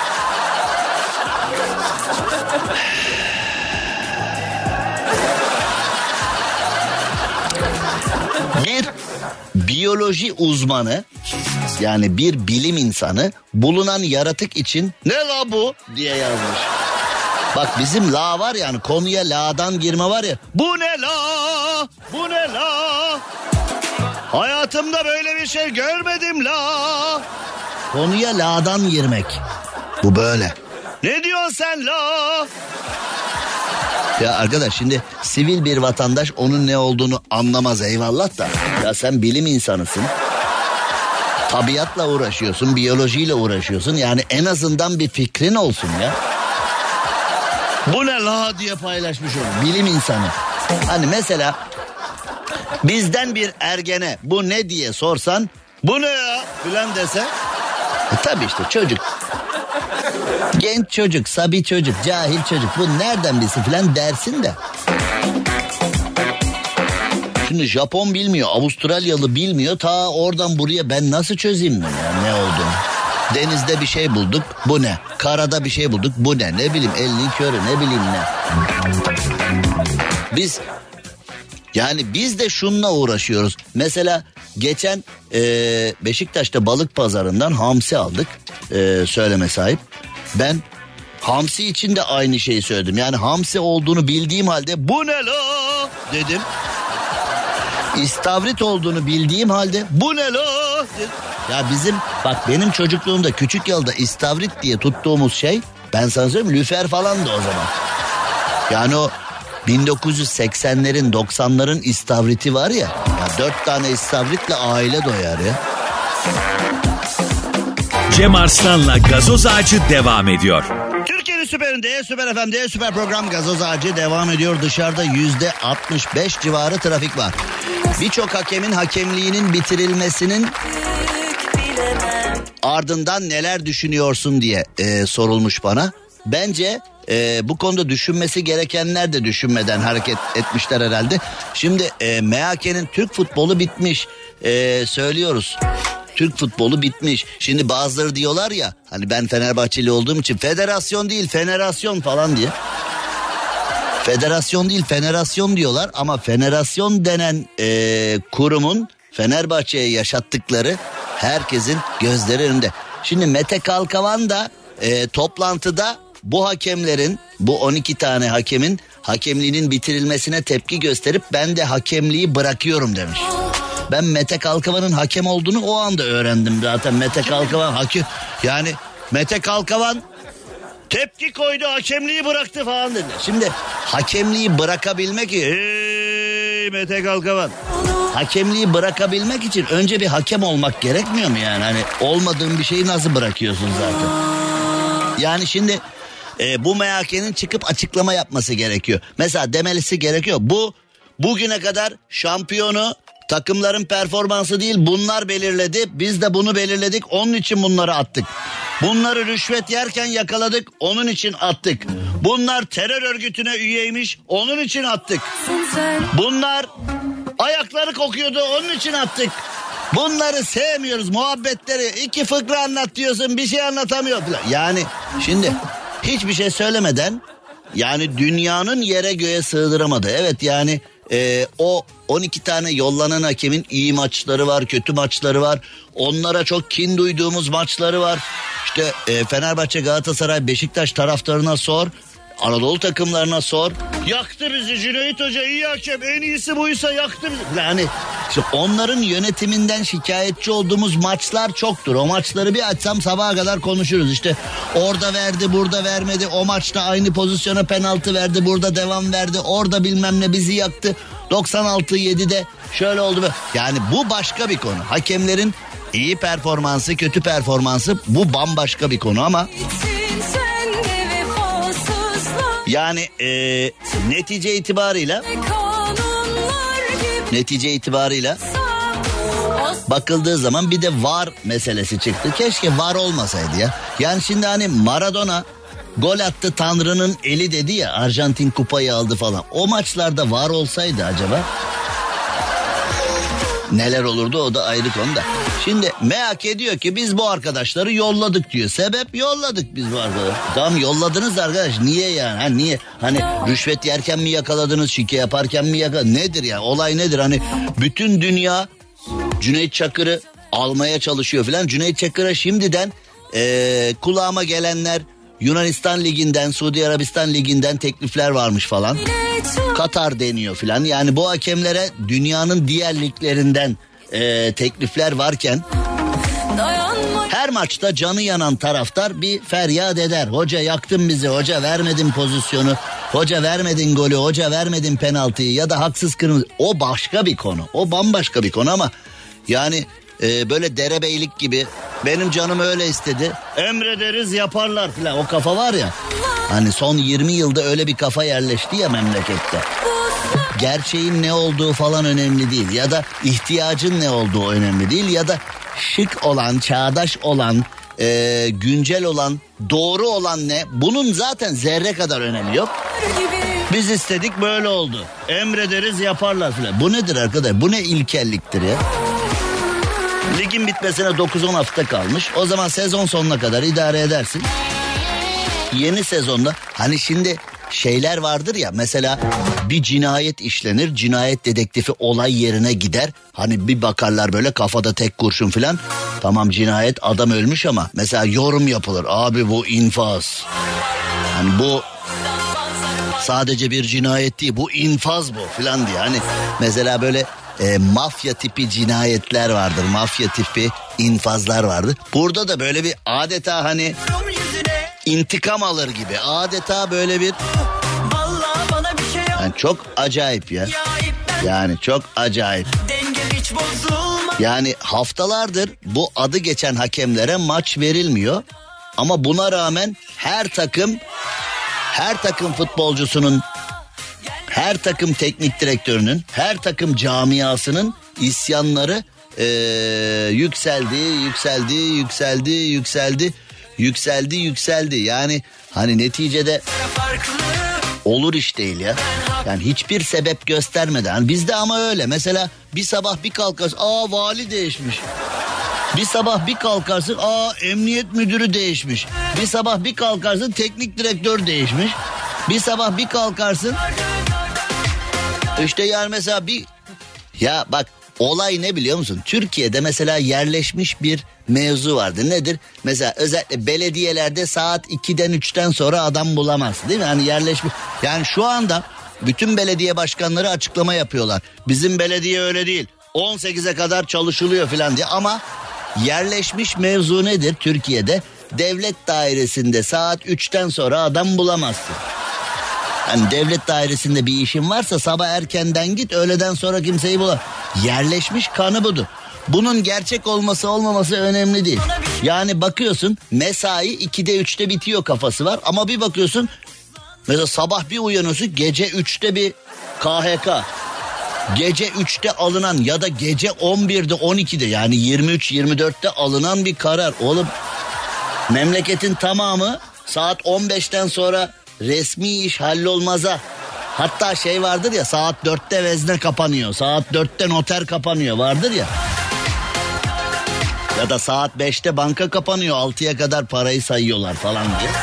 Bir biyoloji uzmanı, yani bir bilim insanı bulunan yaratık için ne la bu diye yazmış. Bak bizim la var yani, konuya la'dan girme var ya. Bu ne la? Bu ne la? Hayatımda böyle bir şey görmedim la. Konuya la'dan girmek. Bu böyle. Ne diyorsun sen la? Ya arkadaş, şimdi sivil bir vatandaş onun ne olduğunu anlamaz, eyvallah da. Ya sen bilim insanısın. Tabiatla uğraşıyorsun, biyolojiyle uğraşıyorsun. Yani en azından bir fikrin olsun ya. Bu ne la diye paylaşmış onu. Bilim insanı. Hani mesela bizden bir ergene bu ne diye sorsan, bu ne ya filan dese. Tabii işte çocuk. Genç çocuk, sabi çocuk, cahil çocuk. Bu nereden bilsin filan dersin de. Şimdi Japon bilmiyor, Avustralyalı bilmiyor. Ta oradan buraya ben nasıl çözeyim bunu ya, ne olduğunu. Denizde bir şey bulduk, bu ne? Karada bir şey bulduk, bu ne? Ne bileyim, elini körü, ne bileyim ne. Biz de şununla uğraşıyoruz. Mesela geçen Beşiktaş'ta balık pazarından hamsi aldık. Söyleme sahip. Ben hamsi için de aynı şeyi söyledim. Yani hamsi olduğunu bildiğim halde bu ne la dedim. İstavrit olduğunu bildiğim halde bu ne la dedim. Ya benim çocukluğumda Küçükyal'da istavrit diye tuttuğumuz şey, ben sana söyleyeyim, lüfer falandı o zaman. Yani o 1980'lerin 90'ların istavriti var ya 4 tane istavritle aile doyar ya. Cem Arslan'la Gazoz Ağacı devam ediyor. Türkiye'nin süperinde, Süper FM'de süper program Gazoz Ağacı devam ediyor. Dışarıda %65 civarı trafik var. Birçok hakemin hakemliğinin bitirilmesinin ardından neler düşünüyorsun diye sorulmuş bana. Bence bu konuda düşünmesi gerekenler de düşünmeden hareket etmişler herhalde. Şimdi MHK'nin Türk futbolu bitmiş. Söylüyoruz. Türk futbolu bitmiş. Şimdi bazıları diyorlar ya, hani ben Fenerbahçeli olduğum için federasyon değil fenerasyon falan diye. Federasyon değil fenerasyon diyorlar ama fenerasyon denen kurumun Fenerbahçe'ye yaşattıkları herkesin gözleri önünde. Şimdi Mete Kalkavan da toplantıda bu hakemlerin, bu 12 tane hakemin hakemliğinin bitirilmesine tepki gösterip ben de hakemliği bırakıyorum demiş. Ben Mete Kalkavan'ın hakem olduğunu o anda öğrendim zaten. Mete Kalkavan hakem, yani Mete Kalkavan tepki koydu, hakemliği bıraktı falan dedi. Şimdi hakemliği bırakabilmek için Mete Kalkavan, hakemliği bırakabilmek için önce bir hakem olmak gerekmiyor mu yani? Hani olmadığın bir şeyi nasıl bırakıyorsun zaten? Yani şimdi bu MHK'nin çıkıp açıklama yapması gerekiyor. Mesela demelisi gerekiyor. Bugüne kadar şampiyonu takımların performansı değil, bunlar belirledi. Biz de bunu belirledik, onun için bunları attık. Bunları rüşvet yerken yakaladık, onun için attık. Bunlar terör örgütüne üyeymiş, onun için attık. Bunlar ayakları kokuyordu, onun için attık. Bunları sevmiyoruz, muhabbetleri. 2 fıkra anlat diyorsun, bir şey anlatamıyor falan. Yani şimdi hiçbir şey söylemeden, yani dünyanın yere göğe sığdıramadı. Evet yani o 12 tane yollanan hakemin iyi maçları var, kötü maçları var. Onlara çok kin duyduğumuz maçları var. İşte Fenerbahçe, Galatasaray, Beşiktaş taraftarına sor. Anadolu takımlarına sor. Yaktı bizi Cüneyt Hoca, iyi hakem, en iyisi buysa yaktı bizi. Yani işte onların yönetiminden şikayetçi olduğumuz maçlar çoktur. O maçları bir açsam sabaha kadar konuşuruz. İşte orada verdi, burada vermedi. O maçta aynı pozisyona penaltı verdi, burada devam verdi. Orada bilmem ne bizi yaktı. 96-7'de şöyle oldu. Yani bu başka bir konu. Hakemlerin iyi performansı, kötü performansı, bu bambaşka bir konu ama yani netice itibarıyla bakıldığı zaman bir de VAR meselesi çıktı. Keşke VAR olmasaydı ya. Yani şimdi hani Maradona gol attı, Tanrı'nın eli dedi ya, Arjantin kupayı aldı falan. O maçlarda VAR olsaydı acaba neler olurdu, o da ayrı konu da. Şimdi MHK diyor ki biz bu arkadaşları yolladık diyor. Sebep, yolladık biz bu arkadaşları. Tamam, yolladınız arkadaş, niye yani? Ha, niye? Hani rüşvet yerken mi yakaladınız, şike yaparken mi yakaladınız? Nedir ya? Olay nedir? Hani bütün dünya Cüneyt Çakır'ı almaya çalışıyor falan. Cüneyt Çakır'a şimdiden kulağıma gelenler, Yunanistan Ligi'nden, Suudi Arabistan Ligi'nden teklifler varmış falan. Katar deniyor falan. Yani bu hakemlere dünyanın diğer liglerinden teklifler varken her maçta canı yanan taraftar bir feryat eder. Hoca yaktın bizi, hoca vermedin pozisyonu, hoca vermedin golü, hoca vermedin penaltıyı ya da haksız kırmızı. O başka bir konu, o bambaşka bir konu ama yani böyle derebeylik gibi. Benim canım öyle istedi. Emrederiz yaparlar falan. O kafa var ya. Hani son 20 yılda öyle bir kafa yerleşti ya memlekette. Gerçeğin ne olduğu falan önemli değil. Ya da ihtiyacın ne olduğu önemli değil. Ya da şık olan, çağdaş olan, güncel olan, doğru olan ne? Bunun zaten zerre kadar önemi yok. Biz istedik böyle oldu. Emrederiz yaparlar falan. Bu nedir arkadaş? Bu ne ilkelliktir ya? Ligin bitmesine 9-10 hafta kalmış. O zaman sezon sonuna kadar idare edersin. Yeni sezonda hani şimdi şeyler vardır ya, mesela bir cinayet işlenir, cinayet dedektifi olay yerine gider. Hani bir bakarlar böyle kafada tek kurşun falan. Tamam, cinayet, adam ölmüş ama mesela yorum yapılır. Abi bu infaz. Hani bu sadece bir cinayet değil, bu infaz bu falan diye. Hani mesela böyle mafya tipi cinayetler vardır, mafya tipi infazlar vardır. Burada da böyle bir adeta hani intikam alır gibi, adeta böyle bir yani çok acayip ya. Yani çok acayip. Yani haftalardır bu adı geçen hakemlere maç verilmiyor. Ama buna rağmen her takım futbolcusunun, her takım teknik direktörünün, her takım camiasının isyanları yükseldi. Yani hani neticede olur iş değil ya. Yani hiçbir sebep göstermeden. Bizde ama öyle. Mesela bir sabah bir kalkarsın, vali değişmiş. Bir sabah bir kalkarsın, emniyet müdürü değişmiş. Bir sabah bir kalkarsın, teknik direktör değişmiş. Bir sabah bir kalkarsın. İşte yani mesela ya bak, olay ne biliyor musun? Türkiye'de mesela yerleşmiş bir mevzu vardı. Nedir? Mesela özellikle belediyelerde saat 2'den 3'ten sonra adam bulamazsın, değil mi? Hani yerleşmiş. Yani şu anda bütün belediye başkanları açıklama yapıyorlar. Bizim belediye öyle değil. 18'e kadar çalışılıyor falan diye. Ama yerleşmiş mevzu nedir Türkiye'de? Devlet dairesinde saat 3'ten sonra adam bulamazsın. Hani devlet dairesinde bir işin varsa sabah erkenden git, öğleden sonra kimseyi bulamaz. Yerleşmiş kanı budur. Bunun gerçek olması olmaması önemli değil. Yani bakıyorsun mesai 2'de 3'te bitiyor kafası var. Ama bir bakıyorsun mesela sabah bir uyanıyorsun, gece 3'te bir KHK. Gece 3'te alınan ya da gece 11'de 12'de yani 23-24'te alınan bir karar. Oğlum memleketin tamamı saat 15'ten sonra resmi iş hallolmaza. Hatta şey vardır ya, saat 4'te vezne kapanıyor, saat 4'te noter kapanıyor vardır ya. Ya da saat 5'te banka kapanıyor, 6'ya kadar parayı sayıyorlar falan diye.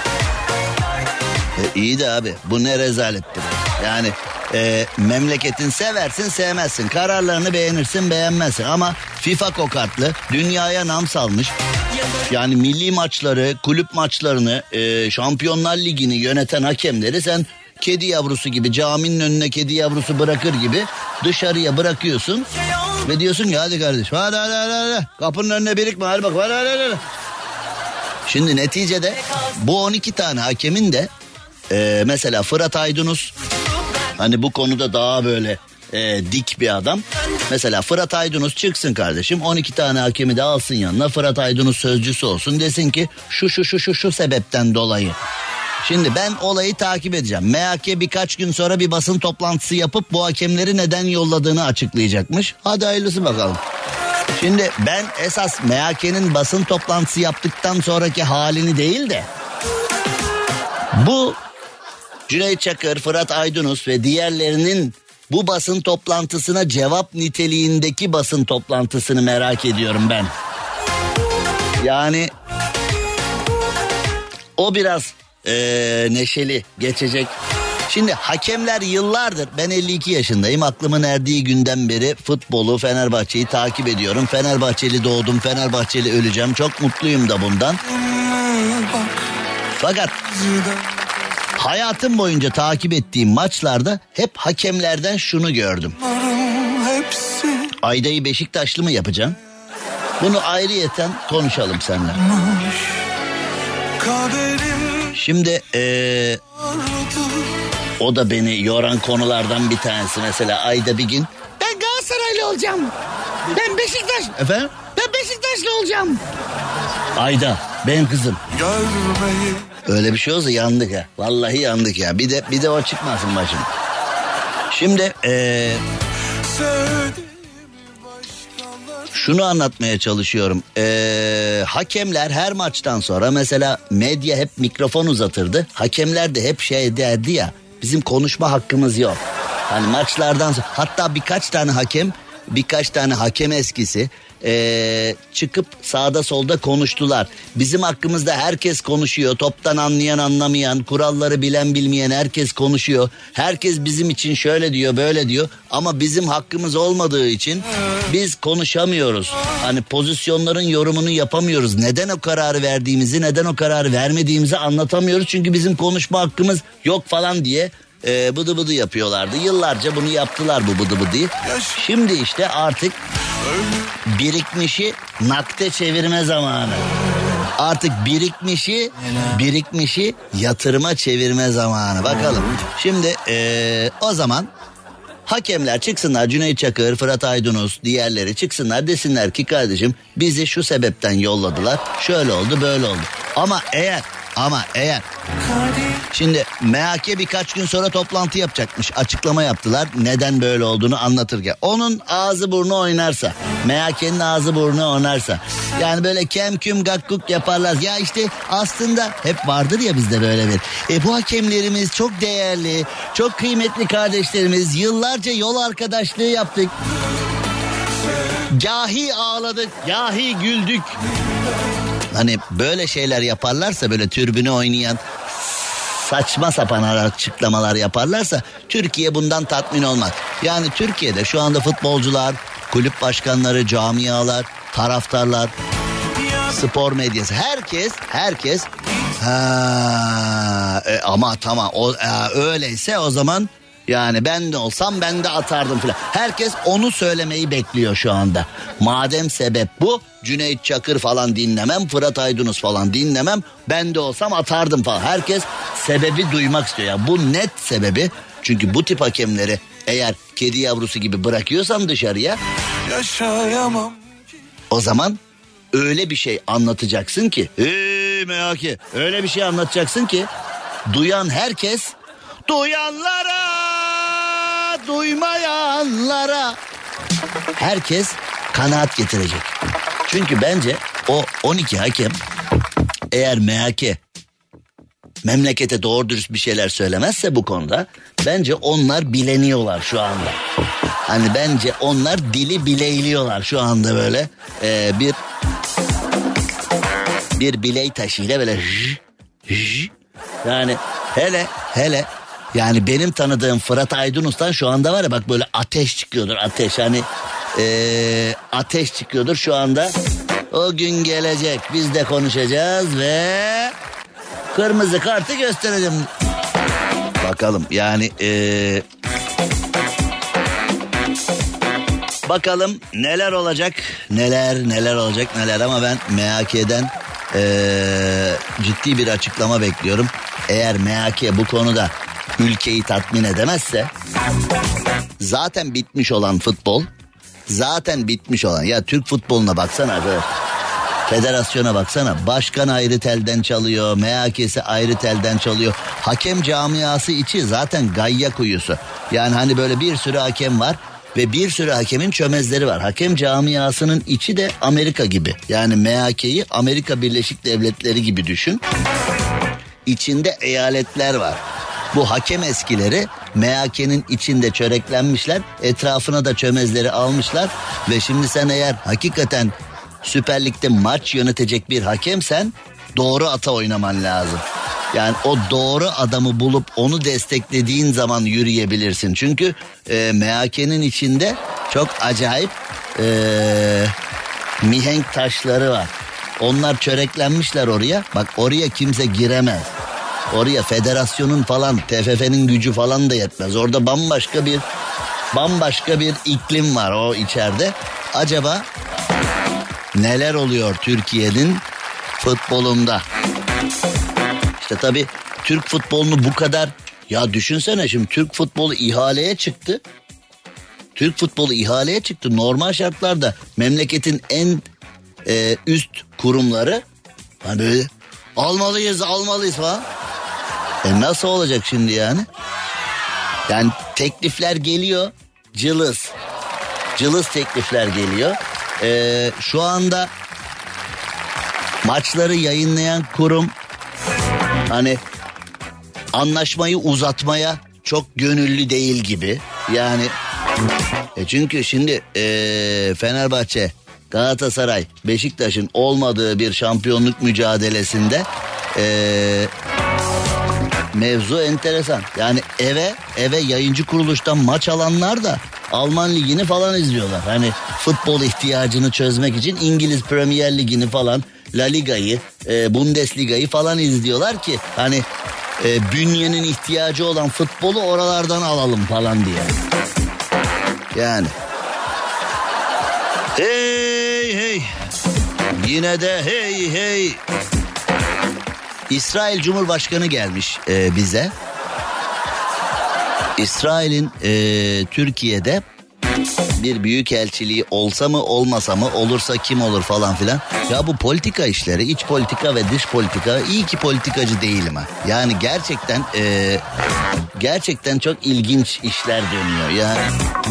İyi de abi bu ne rezalettir. Yani memleketin seversin sevmezsin, kararlarını beğenirsin beğenmezsin ama FIFA kokartlı, dünyaya nam salmış. Yani milli maçları, kulüp maçlarını, Şampiyonlar Ligi'ni yöneten hakemleri sen kedi yavrusu gibi, caminin önüne kedi yavrusu bırakır gibi dışarıya bırakıyorsun ve diyorsun ki hadi kardeşim hadi kapının önüne birikme, hadi bak hadi. Şimdi neticede bu 12 tane hakemin de mesela Fırat Aydınus hani bu konuda daha böyle dik bir adam. Mesela Fırat Aydınus çıksın kardeşim, 12 tane hakemi de alsın yanına, Fırat Aydınus sözcüsü olsun, desin ki şu sebepten dolayı. Şimdi ben olayı takip edeceğim. MHK birkaç gün sonra bir basın toplantısı yapıp bu hakemleri neden yolladığını açıklayacakmış. Hadi hayırlısı bakalım. Şimdi ben esas MHK'nin basın toplantısı yaptıktan sonraki halini değil de bu Cüneyt Çakır, Fırat Aydınus ve diğerlerinin bu basın toplantısına cevap niteliğindeki basın toplantısını merak ediyorum ben. Yani o biraz neşeli geçecek. Şimdi hakemler yıllardır, ben 52 yaşındayım, aklımın erdiği günden beri futbolu, Fenerbahçe'yi takip ediyorum. Fenerbahçeli doğdum, Fenerbahçeli öleceğim, çok mutluyum da bundan. Fakat hayatım boyunca takip ettiğim maçlarda hep hakemlerden şunu gördüm. Ayda'yı Beşiktaşlı mı yapacağım? Bunu ayrıyeten konuşalım seninle. Şimdi o da beni yoran konulardan bir tanesi. Mesela ayda bir gün ben Galatasaraylı olacağım, ben Beşiktaş. Efendim? Ben ben Beşiktaşlı olacağım. Ayda ben kızım. Öyle bir şey olsa yandık ha. Vallahi yandık ya. Bir de o çıkmasın başım. Şimdi şunu anlatmaya çalışıyorum. Hakemler her maçtan sonra mesela medya hep mikrofon uzatırdı. Hakemler de hep şey derdi ya, bizim konuşma hakkımız yok. Hani maçlardan sonra hatta birkaç tane hakem eskisi çıkıp sağda solda konuştular. Bizim hakkımızda herkes konuşuyor. Toptan anlayan anlamayan, kuralları bilen bilmeyen herkes konuşuyor. Herkes bizim için şöyle diyor böyle diyor. Ama bizim hakkımız olmadığı için biz konuşamıyoruz. Hani pozisyonların yorumunu yapamıyoruz. Neden o kararı verdiğimizi, neden o kararı vermediğimizi anlatamıyoruz. Çünkü bizim konuşma hakkımız yok falan diye bıdı bıdı yapıyorlardı. Yıllarca bunu yaptılar bu bıdı bıdıyı. Şimdi işte artık birikmişi nakde çevirme zamanı. Artık birikmişi yatırıma çevirme zamanı. Bakalım. Şimdi o zaman hakemler çıksınlar, Cüneyt Çakır, Fırat Aydınus, diğerleri çıksınlar, desinler ki kardeşim bizi şu sebepten yolladılar. Şöyle oldu, böyle oldu. Ama eğer şimdi MHK birkaç gün sonra toplantı yapacakmış. Açıklama yaptılar. Neden böyle olduğunu anlatırken. Onun ağzı burnu oynarsa, MHK'nin ağzı burnu oynarsa, yani böyle kemküm gakkuk yaparlar. Ya işte aslında hep vardır ya bizde böyle bir. Bu hakemlerimiz çok değerli, çok kıymetli kardeşlerimiz. Yıllarca yol arkadaşlığı yaptık. Gahi ağladık, gahi güldük. Hani böyle şeyler yaparlarsa, böyle türbünü oynayan saçma sapan açıklamalar yaparlarsa Türkiye bundan tatmin olmaz. Yani Türkiye'de şu anda futbolcular, kulüp başkanları, camialar, taraftarlar, spor medyası, herkes ama tamam öyleyse o zaman yani ben de olsam ben de atardım falan. Herkes onu söylemeyi bekliyor şu anda. Madem sebep bu, Cüneyt Çakır falan dinlemem, Fırat Aydınus falan dinlemem. Ben de olsam atardım falan. Herkes sebebi duymak istiyor. Yani bu net sebebi. Çünkü bu tip hakemleri eğer kedi yavrusu gibi bırakıyorsan dışarıya, yaşayamam. O zaman öyle bir şey anlatacaksın ki, MHK öyle bir şey anlatacaksın ki duyan herkes, duyanlara, duymayanlara herkes kanaat getirecek. Çünkü bence o 12 hakem eğer MHK memlekete doğru dürüst bir şeyler söylemezse bu konuda, bence onlar bileniyorlar şu anda. Hani bence onlar dili bileyliyorlar şu anda böyle bir biley taşıyla böyle yani hele yani benim tanıdığım Fırat Aydınus'tan şu anda var ya bak böyle ateş çıkıyordur, ateş hani ateş çıkıyordur şu anda. O gün gelecek, biz de konuşacağız ve kırmızı kartı göstereceğim. Bakalım yani bakalım neler olacak, neler olacak ama ben MHK'den ciddi bir açıklama bekliyorum. Eğer MHK bu konuda ülkeyi tatmin edemezse zaten bitmiş olan futbol, ya Türk futboluna baksana arkadaş. Federasyona baksana, başkan ayrı telden çalıyor, MHK'si ayrı telden çalıyor. Hakem camiası içi zaten gayya kuyusu. Yani hani böyle bir sürü hakem var ve bir sürü hakemin çömezleri var. Hakem camiasının içi de Amerika gibi. Yani MHK'yi Amerika Birleşik Devletleri gibi düşün. İçinde eyaletler var. Bu hakem eskileri MHK'nin içinde çöreklenmişler, etrafına da çömezleri almışlar ve şimdi sen eğer hakikaten Süper Lig'de maç yönetecek bir hakemsen doğru ata oynaman lazım. Yani o doğru adamı bulup onu desteklediğin zaman yürüyebilirsin. Çünkü MHK'nin içinde çok acayip mihenk taşları var. Onlar çöreklenmişler oraya. Bak oraya kimse giremez. Oraya federasyonun falan, TFF'nin gücü falan da yetmez. Orada bambaşka bir iklim var o içeride. Acaba neler oluyor Türkiye'nin futbolunda? İşte tabii Türk futbolunu bu kadar, ya düşünsene şimdi Türk futbolu ihaleye çıktı. Normal şartlarda memleketin en üst kurumları hani böyle almalıyız falan. Nasıl olacak şimdi yani? Yani teklifler geliyor, cılız teklifler geliyor. Şu anda maçları yayınlayan kurum hani anlaşmayı uzatmaya çok gönüllü değil gibi. Yani çünkü şimdi Fenerbahçe, Galatasaray, Beşiktaş'ın olmadığı bir şampiyonluk mücadelesinde mevzu enteresan. Yani eve yayıncı kuruluştan maç alanlar da Alman ligini falan izliyorlar. Hani futbol ihtiyacını çözmek için İngiliz Premier Ligi'ni falan, La Liga'yı, Bundesliga'yı falan izliyorlar ki hani bünyenin ihtiyacı olan futbolu oralardan alalım falan diye. Yani. Hey. Yine de hey. İsrail Cumhurbaşkanı gelmiş bize. İsrail'in Türkiye'de bir büyükelçiliği olsa mı olmasa mı, olursa kim olur falan filan. Ya bu politika işleri, iç politika ve dış politika, iyi ki politikacı değilim ha. Yani gerçekten çok ilginç işler dönüyor. Yani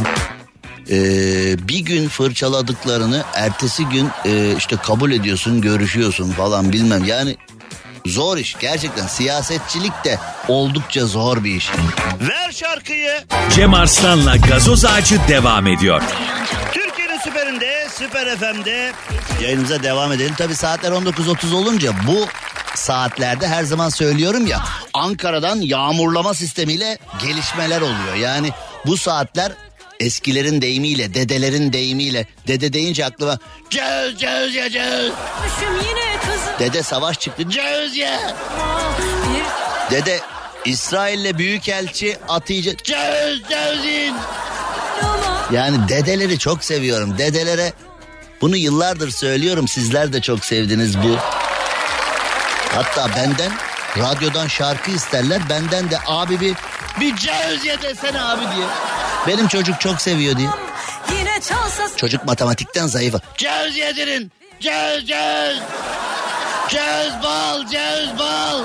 bir gün fırçaladıklarını ertesi gün işte kabul ediyorsun, görüşüyorsun falan bilmem. Yani zor iş gerçekten, siyasetçilik de oldukça zor bir iş. Ver şarkıyı. Cem Arslan'la Gazoz Ağacı devam ediyor. Türkiye'nin süperinde, Süper FM'de yayınımıza devam edelim. Tabii saatler 19.30 olunca bu saatlerde her zaman söylüyorum ya, Ankara'dan yağmurlama sistemiyle gelişmeler oluyor. Yani bu saatler eskilerin deyimiyle, dedelerin deyimiyle, dede deyince aklıma cöz ya cöz. Dede savaş çıktı, cöz ya. Dede İsrail'le büyükelçi atayacak, cözün. Yani dedeleri çok seviyorum. Dedelere bunu yıllardır söylüyorum, sizler de çok sevdiniz bu. Hatta benden radyodan şarkı isterler, benden de abi bir cöz ya desene abi diye. Benim çocuk çok seviyor diye. Çocuk matematikten zayıf. Cöz yedirin. Cöz. Cöz bal.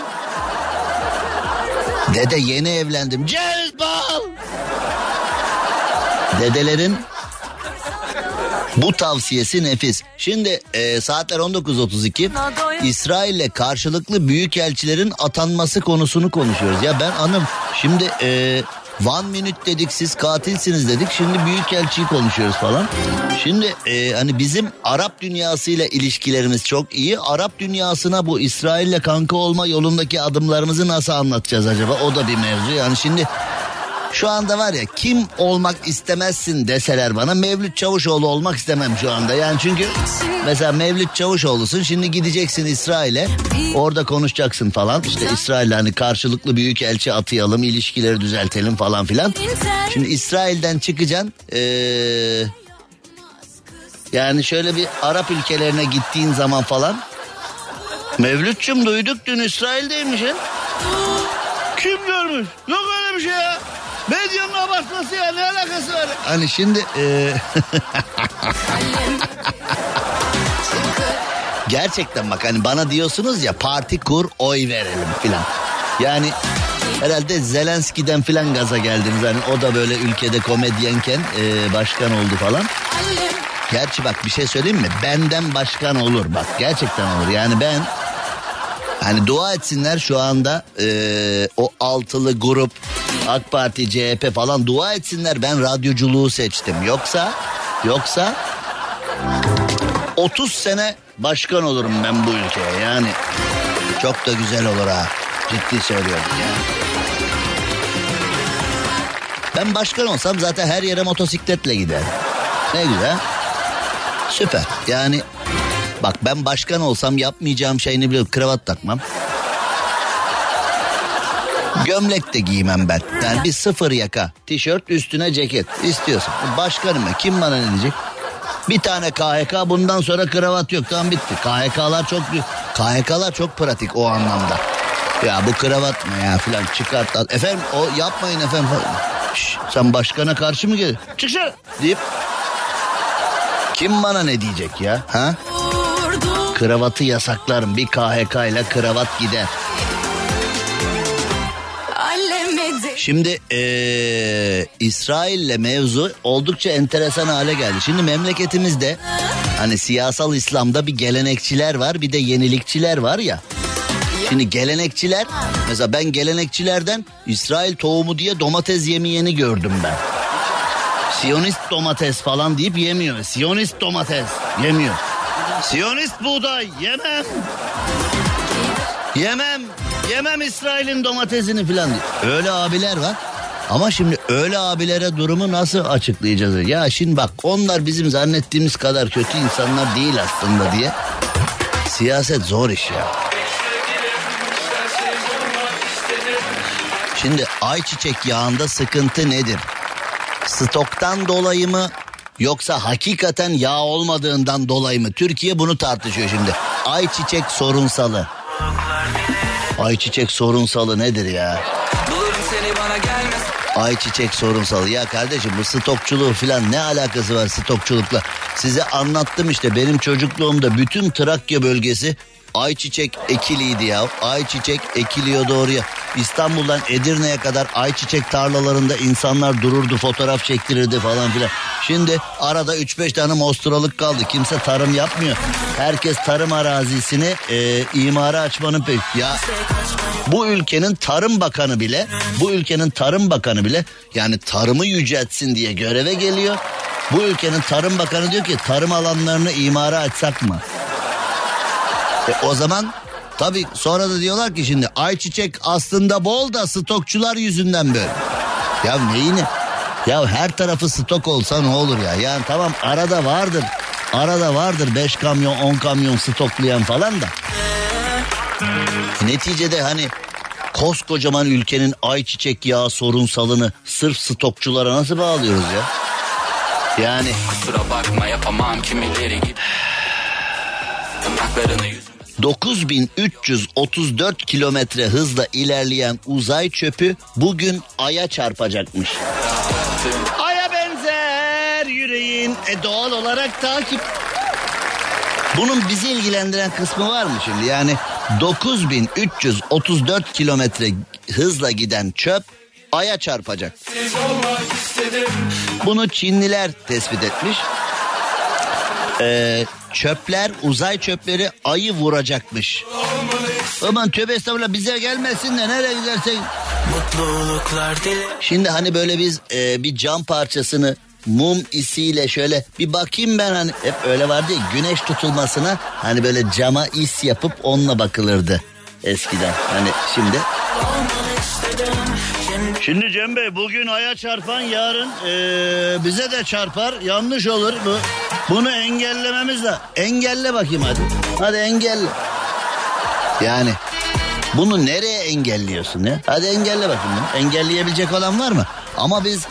Dede yeni evlendim. Cöz bal. Dedelerin bu tavsiyesi nefis. Şimdi saatler 19.32. İsrail'le karşılıklı büyükelçilerin atanması konusunu konuşuyoruz. Ya ben hanım şimdi... One minute dedik, siz katilsiniz dedik, şimdi büyükelçiyi konuşuyoruz falan. Şimdi hani bizim Arap dünyasıyla ilişkilerimiz çok iyi. Arap dünyasına bu İsrail'le kanka olma yolundaki adımlarımızı nasıl anlatacağız acaba? O da bir mevzu. Yani şimdi şu anda var ya, kim olmak istemezsin deseler bana, Mevlüt Çavuşoğlu olmak istemem şu anda. Yani çünkü mesela Mevlüt Çavuşoğlu'sun, şimdi gideceksin İsrail'e, orada konuşacaksın falan. İşte İsrail'le hani karşılıklı büyükelçi atayalım, ilişkileri düzeltelim falan filan. Şimdi İsrail'den çıkacaksın. Yani şöyle bir Arap ülkelerine gittiğin zaman falan. Mevlütçüm duyduk dün İsrail'deymişsin. Kim görmüş? Yok öyle bir şey ya. Medyanın abartması ya, ne alakası var? Hani şimdi gerçekten bak, hani bana diyorsunuz ya parti kur, oy verelim filan. Yani herhalde Zelenski'den filan gaza geldiniz. Hani o da böyle ülkede komedyenken başkan oldu falan. Gerçi bak bir şey söyleyeyim mi? Benden başkan olur bak, gerçekten olur. Yani ben hani dua etsinler şu anda o altılı grup, AK Parti, CHP falan dua etsinler, ben radyoculuğu seçtim. Yoksa 30 sene başkan olurum ben bu ülkeye. Yani çok da güzel olur ha. Ciddi söylüyorum yani. Ben başkan olsam zaten her yere motosikletle giderim. Ne güzel. Süper. Yani bak, ben başkan olsam yapmayacağım şey ne biliyorum? Kravat takmam. Gömlek de giymem ben. Yani bir sıfır yaka tişört, üstüne ceket istiyorsun. Başkanım ya, kim bana ne diyecek? Bir tane KHK, bundan sonra kravat yok, tamam bitti. KHK'lar çok pratik o anlamda. Ya bu kravat mı ya filan, çıkart. Efendim o yapmayın efendim. Şş, sen başkana karşı mı geliyorsun? Çık dışarı deyip kim bana ne diyecek ya? Ha? Kravatı yasaklarım. Bir KHK ile kravat gider. Şimdi İsrail'le mevzu oldukça enteresan hale geldi. Şimdi memleketimizde hani siyasal İslam'da bir gelenekçiler var, bir de yenilikçiler var ya. Şimdi gelenekçiler, mesela ben gelenekçilerden İsrail tohumu diye domates yemeyeni gördüm ben. Siyonist domates falan deyip yemiyor. Siyonist domates yemiyor. Siyonist buğday yemem. Yemem İsrail'in domatesini falan diyor. Öyle abiler var. Ama şimdi öyle abilere durumu nasıl açıklayacağız? Ya şimdi bak, onlar bizim zannettiğimiz kadar kötü insanlar değil aslında diye. Siyaset zor iş ya. Şimdi ayçiçek yağında sıkıntı nedir? Stoktan dolayı mı yoksa hakikaten yağ olmadığından dolayı mı? Türkiye bunu tartışıyor şimdi. Ayçiçek sorunsalı. Ayçiçek sorunsalı nedir ya? Ayçiçek sorunsalı. Ya kardeşim, bu stokçuluğu falan ne alakası var stokçulukla? Size anlattım işte, benim çocukluğumda bütün Trakya bölgesi ayçiçek ekiliydi ya. Ayçiçek ekiliyordu oraya. İstanbul'dan Edirne'ye kadar ayçiçek tarlalarında insanlar dururdu, fotoğraf çektirirdi falan filan. Şimdi arada 3-5 tane mostralık kaldı. Kimse tarım yapmıyor. Herkes tarım arazisini imara açmanın ya bu ülkenin tarım bakanı bile yani tarımı yüceltsin diye göreve geliyor. Bu ülkenin tarım bakanı diyor ki tarım alanlarını imara açsak mı? O zaman tabii sonra da diyorlar ki şimdi ayçiçek aslında bol da stokçular yüzünden böyle. Ya neyini? Ya her tarafı stok olsa ne olur ya? Yani tamam, arada vardır 5 kamyon 10 kamyon stoklayan falan da. Neticede hani koskocaman ülkenin ayçiçek yağı sorunsalını sırf stokçulara nasıl bağlıyoruz ya? Yani kusura bakma, yapamam kimileri gibi. 9334 kilometre hızla ilerleyen uzay çöpü bugün Ay'a çarpacakmış. Ay'a benzer yüreğin doğal olarak takip. Bunun bizi ilgilendiren kısmı var mı şimdi? Yani 9334 kilometre hızla giden çöp Ay'a çarpacak. Bunu Çinliler tespit etmiş. Uzay çöpleri Ay'ı vuracakmış. Aman tövbe estağfurullah, bize gelmesin de nereye gidersek. Şimdi hani böyle biz bir cam parçasını mum isiyle şöyle bir bakayım ben, hani hep öyle vardı ya, güneş tutulmasına hani böyle cama is yapıp onunla bakılırdı eskiden. Hani Şimdi Cem Bey, bugün Ay'a çarpan yarın bize de çarpar, yanlış olur bu. Bunu engellememiz lazım. Engelle bakayım hadi. Hadi engelle. Yani bunu nereye engelliyorsun ya? Hadi engelle bakayım bunu. Engelleyebilecek olan var mı? Ama biz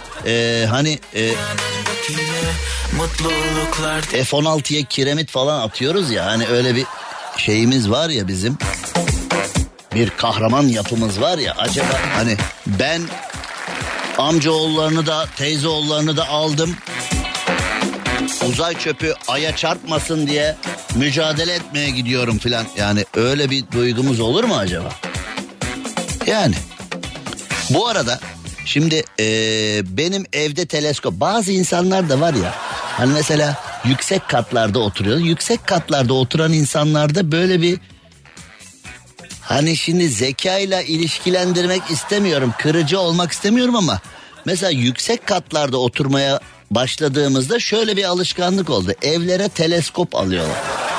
F-16'ya kiremit falan atıyoruz ya. Hani öyle bir şeyimiz var ya bizim. Bir kahraman yapımız var ya. Acaba hani ben amcaoğullarını da teyzeoğullarını da aldım. Uzay çöpü Ay'a çarpmasın diye mücadele etmeye gidiyorum filan. Yani öyle bir duygumuz olur mu acaba? Yani bu arada şimdi benim evde teleskop, bazı insanlar da var ya hani mesela yüksek katlarda oturuyor. Yüksek katlarda oturan insanlarda böyle bir hani şimdi zekayla ilişkilendirmek istemiyorum, kırıcı olmak istemiyorum ama mesela yüksek katlarda oturmaya başladığımızda şöyle bir alışkanlık oldu. Evlere teleskop alıyorlar.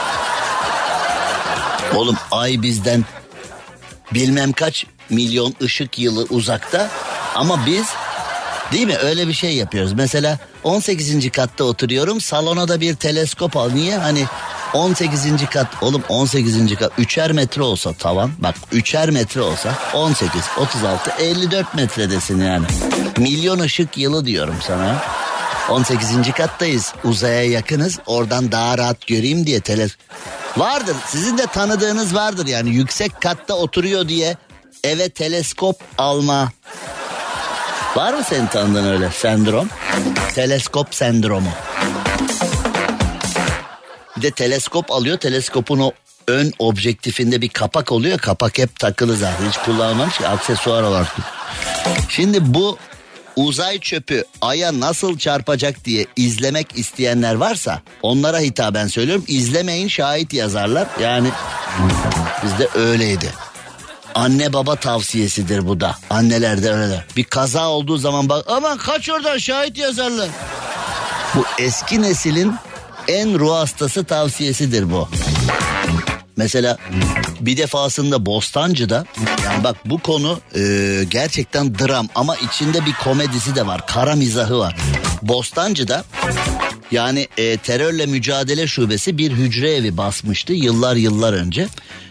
Oğlum Ay bizden bilmem kaç milyon ışık yılı uzakta ama biz, değil mi, öyle bir şey yapıyoruz. Mesela 18. katta oturuyorum, salona da bir teleskop al. Niye? Hani 18. kat, oğlum 18. kat 3'er metre olsa tavan, bak 3'er metre olsa 18, 36, 54 metredesin yani. Milyon ışık yılı diyorum sana. 18. kattayız, uzaya yakınız, oradan daha rahat göreyim diye vardır, sizin de tanıdığınız vardır yani, yüksek katta oturuyor diye eve teleskop alma. Var mı senin tanıdığın öyle sendrom? Teleskop sendromu. Bir de teleskop alıyor. Teleskopun o ön objektifinde bir kapak oluyor. Kapak hep takılı zaten. Hiç kullanılmamış ki, aksesuar olarak. Şimdi bu uzay çöpü Ay'a nasıl çarpacak diye izlemek isteyenler varsa onlara hitaben söylüyorum. İzlemeyin, şahit yazarlar. Yani bizde öyleydi. Anne baba tavsiyesidir bu da. Anneler de öyle der. Bir kaza olduğu zaman bak, aman kaç oradan, şahit yazarlar. Bu eski neslin en ruh hastası tavsiyesidir bu. Mesela bir defasında Bostancı'da, yani bak bu konu gerçekten dram ama içinde bir komedisi de var. Kara mizahı var. Bostancı'da yani terörle mücadele şubesi bir hücre evi basmıştı yıllar önce.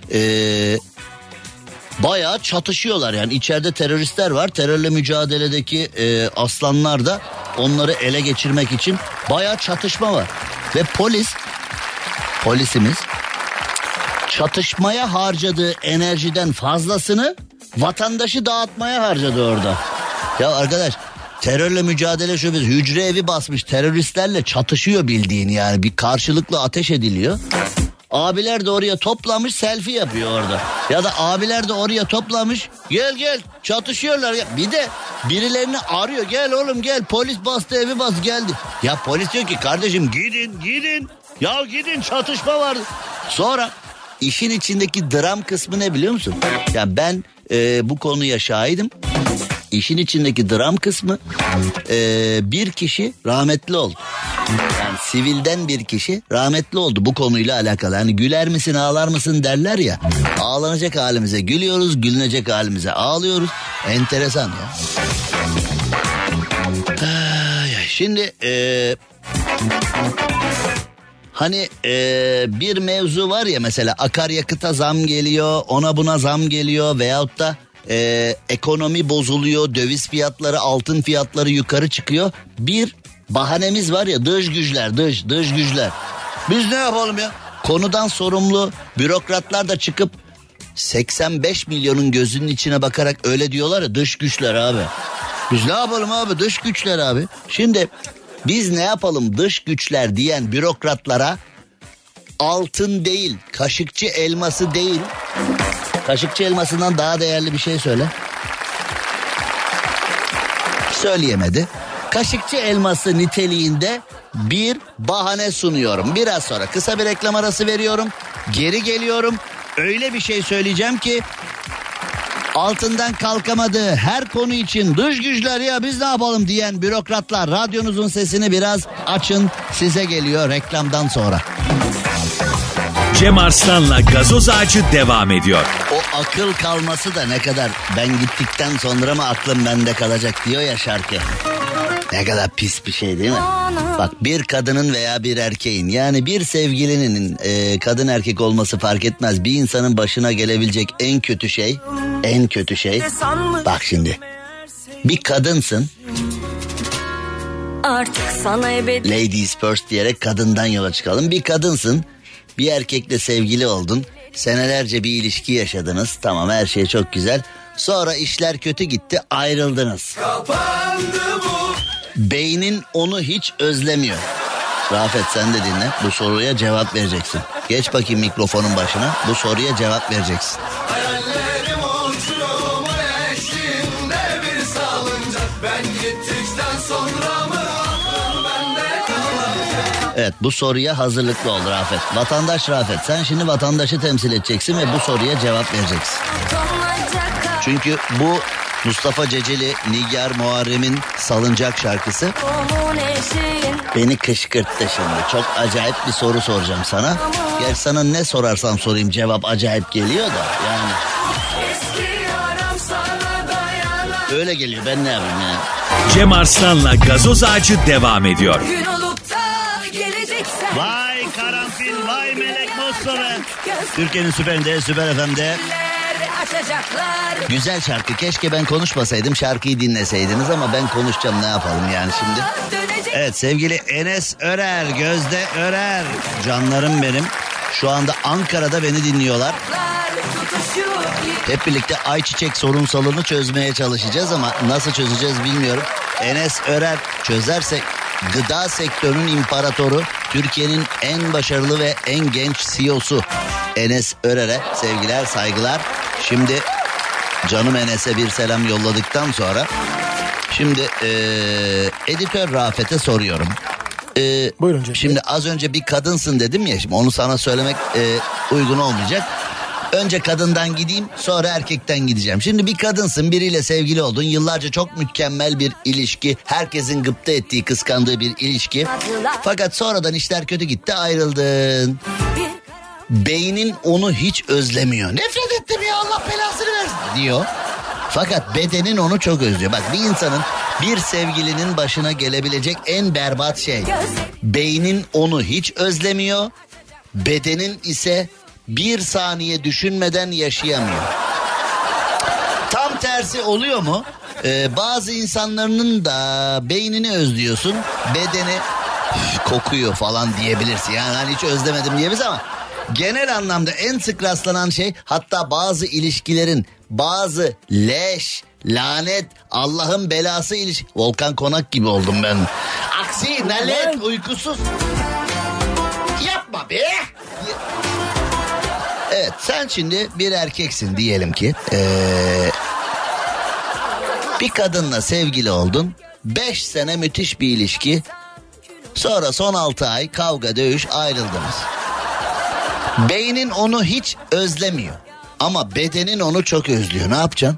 Bayağı çatışıyorlar yani, içeride teröristler var. Terörle mücadeledeki aslanlar da onları ele geçirmek için bayağı çatışma var. Ve polisimiz çatışmaya harcadığı enerjiden fazlasını vatandaşı dağıtmaya harcadı orada. Ya arkadaş, terörle mücadele şubesi hücre evi basmış, teröristlerle çatışıyor bildiğin, yani bir karşılıklı ateş ediliyor. Abiler de oraya toplamış, selfie yapıyor orada. Ya da abiler de oraya toplamış, gel çatışıyorlar. Ya bir de birilerini arıyor, gel oğlum gel, polis bastı, evi bastı, geldi. Ya polis diyor ki kardeşim gidin. Ya gidin, çatışma var. Sonra işin içindeki dram kısmı ne biliyor musun? Ya ben bu konuya şahidim. İşin içindeki dram kısmı bir kişi rahmetli oldu. Yani sivilden bir kişi rahmetli oldu bu konuyla alakalı. Hani güler misin ağlar mısın derler ya. Ağlanacak halimize gülüyoruz, gülünecek halimize ağlıyoruz. Enteresan ya. Şimdi hani bir mevzu var ya, mesela akaryakıta zam geliyor, ona buna zam geliyor veyahut da ekonomi bozuluyor, döviz fiyatları, altın fiyatları yukarı çıkıyor. Bir bahanemiz var ya, dış güçler. Biz ne yapalım ya? Konudan sorumlu bürokratlar da çıkıp 85 milyonun gözünün içine bakarak öyle diyorlar ya, dış güçler abi. Biz ne yapalım abi, dış güçler abi. Şimdi biz ne yapalım dış güçler diyen bürokratlara altın değil, kaşıkçı elması değil. Kaşıkçı elmasından daha değerli bir şey söyle. Söyleyemedi. Kaşıkçı elması niteliğinde bir bahane sunuyorum. Biraz sonra kısa bir reklam arası veriyorum. Geri geliyorum. Öyle bir şey söyleyeceğim ki altından kalkamadığı her konu için dış güçler ya biz ne yapalım diyen bürokratlar, radyonuzun sesini biraz açın, size geliyor reklamdan sonra. Cem Arslan'la Gazoz Ağacı devam ediyor. O akıl kalması da ne kadar, ben gittikten sonra mı aklım bende kalacak diyor ya şarkı. Ne kadar pis bir şey değil mi? Bak, bir kadının veya bir erkeğin, yani bir sevgilinin kadın erkek olması fark etmez. Bir insanın başına gelebilecek en kötü şey. Bak şimdi, bir kadınsın. Artık sana Ladies first diyerek kadından yola çıkalım. Bir kadınsın, bir erkekle sevgili oldun. Senelerce bir ilişki yaşadınız. Tamam, her şey çok güzel. Sonra işler kötü gitti, ayrıldınız. Beynin onu hiç özlemiyor. Rafet sen de dinle, bu soruya cevap vereceksin. Geç bakayım mikrofonun başına, bu soruya cevap vereceksin. Hayallerim uçurum eşliğinde bir salıncak. Ben gittikten sonra mı aklım bende kalacak? Evet, bu soruya hazırlıklı ol Rafet. Vatandaş Rafet, sen şimdi vatandaşı temsil edeceksin ve bu soruya cevap vereceksin. Çünkü bu Mustafa Ceceli, Nigar Muharrem'in Salıncak şarkısı beni kışkırttı şimdi. Çok acayip bir soru soracağım sana. Gerçi sana ne sorarsam sorayım cevap acayip geliyor da yani. Öyle geliyor, ben ne yapayım yani. Cem Arslan'la Gazoz Ağacı devam ediyor. Gün olup da geleceksen. Vay karanfil, vay melek Mustafa. Türkiye'nin süperinde, Süper FM'de. Güzel şarkı. Keşke ben konuşmasaydım, şarkıyı dinleseydiniz ama ben konuşacağım, ne yapalım yani şimdi. Evet, sevgili Enes Örer, Gözde Örer, canlarım benim. Şu anda Ankara'da beni dinliyorlar. Hep birlikte ayçiçek sorunsalını çözmeye çalışacağız ama nasıl çözeceğiz bilmiyorum. Enes Örer çözerse gıda sektörünün imparatoru, Türkiye'nin en başarılı ve en genç CEO'su Enes Örer'e sevgiler, saygılar. Şimdi canım Enes'e bir selam yolladıktan sonra şimdi editör Rafet'e soruyorum. Buyurun canım. Şimdi az önce bir kadınsın dedim ya, şimdi onu sana söylemek uygun olmayacak. Önce kadından gideyim, sonra erkekten gideceğim. Şimdi bir kadınsın, biriyle sevgili oldun. Yıllarca çok mükemmel bir ilişki. Herkesin gıpta ettiği, kıskandığı bir ilişki. Fakat sonradan işler kötü gitti, ayrıldın. Beynin onu hiç özlemiyor. Nefret ettim ya, Allah belasını versin diyor. Fakat bedenin onu çok özlüyor. Bak, bir insanın, bir sevgilinin başına gelebilecek en berbat şey. Beynin onu hiç özlemiyor. Bedenin ise bir saniye düşünmeden yaşayamıyor. Tam tersi oluyor mu? Bazı insanların da beynini özlüyorsun, bedeni kokuyor falan diyebilirsin. Yani hani hiç özlemedim diyebiliriz ama genel anlamda en sık rastlanan şey, hatta bazı ilişkilerin, bazı leş, lanet, Allah'ın belası ilişki. Volkan Konak gibi oldum ben. Aksi, nalet, uykusuz. Yapma be. Evet, sen şimdi bir erkeksin diyelim ki. Bir kadınla sevgili oldun. 5 sene müthiş bir ilişki. Sonra son 6 ay kavga, dövüş, ayrıldınız. Beynin onu hiç özlemiyor. Ama bedenin onu çok özlüyor. Ne yapacaksın?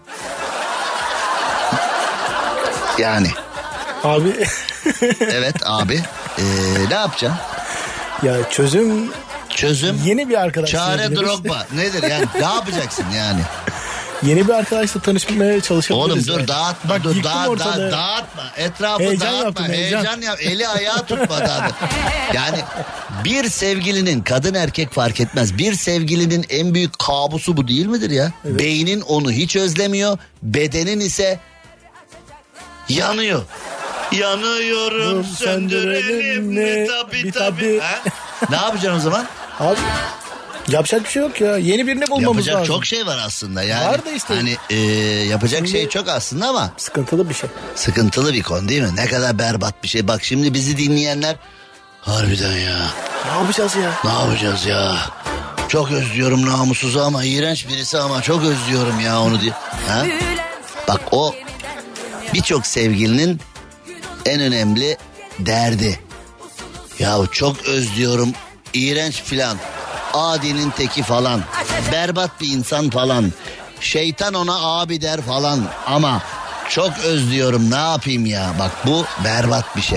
Yani. Abi. Evet abi. Ne yapacaksın? Ya çözüm Yeni bir arkadaş. Çare Drogba. Nedir yani? Ne yapacaksın yani? Yeni bir arkadaşla tanışmaya çalışabiliriz. Oğlum dur yani. dağıtma. Bak, Dur dağıtma. Etrafı heyecan dağıtma. yaptım, Heyecan yap. Eli ayağı tutma daha. Yani bir sevgilinin, kadın erkek fark etmez, bir sevgilinin en büyük kabusu bu değil midir ya? Evet. Beynin onu hiç özlemiyor. Bedenin ise yanıyor. Yanıyorum, söndürelim mi? Tabii. Ne yapacaksın o zaman? Abi yapacak bir şey yok ya. Yeni birini bulmamız yapacak lazım. çok şey var aslında. Yani, var da işte. Hani yapacak şey çok aslında ama. Sıkıntılı bir şey. Sıkıntılı bir konu değil mi? Ne kadar berbat bir şey. Bak şimdi bizi dinleyenler, harbiden ya. Ne yapacağız ya? Ne yapacağız ya? Çok özlüyorum namussuzu ama iğrenç birisi ama çok özlüyorum ya onu diye. Ha? Bak o birçok sevgilinin en önemli derdi. Yahu çok özlüyorum, iğrenç filan, adinin teki falan, berbat bir insan falan, şeytan ona abi der falan ama çok özlüyorum, ne yapayım ya? Bak bu berbat bir şey.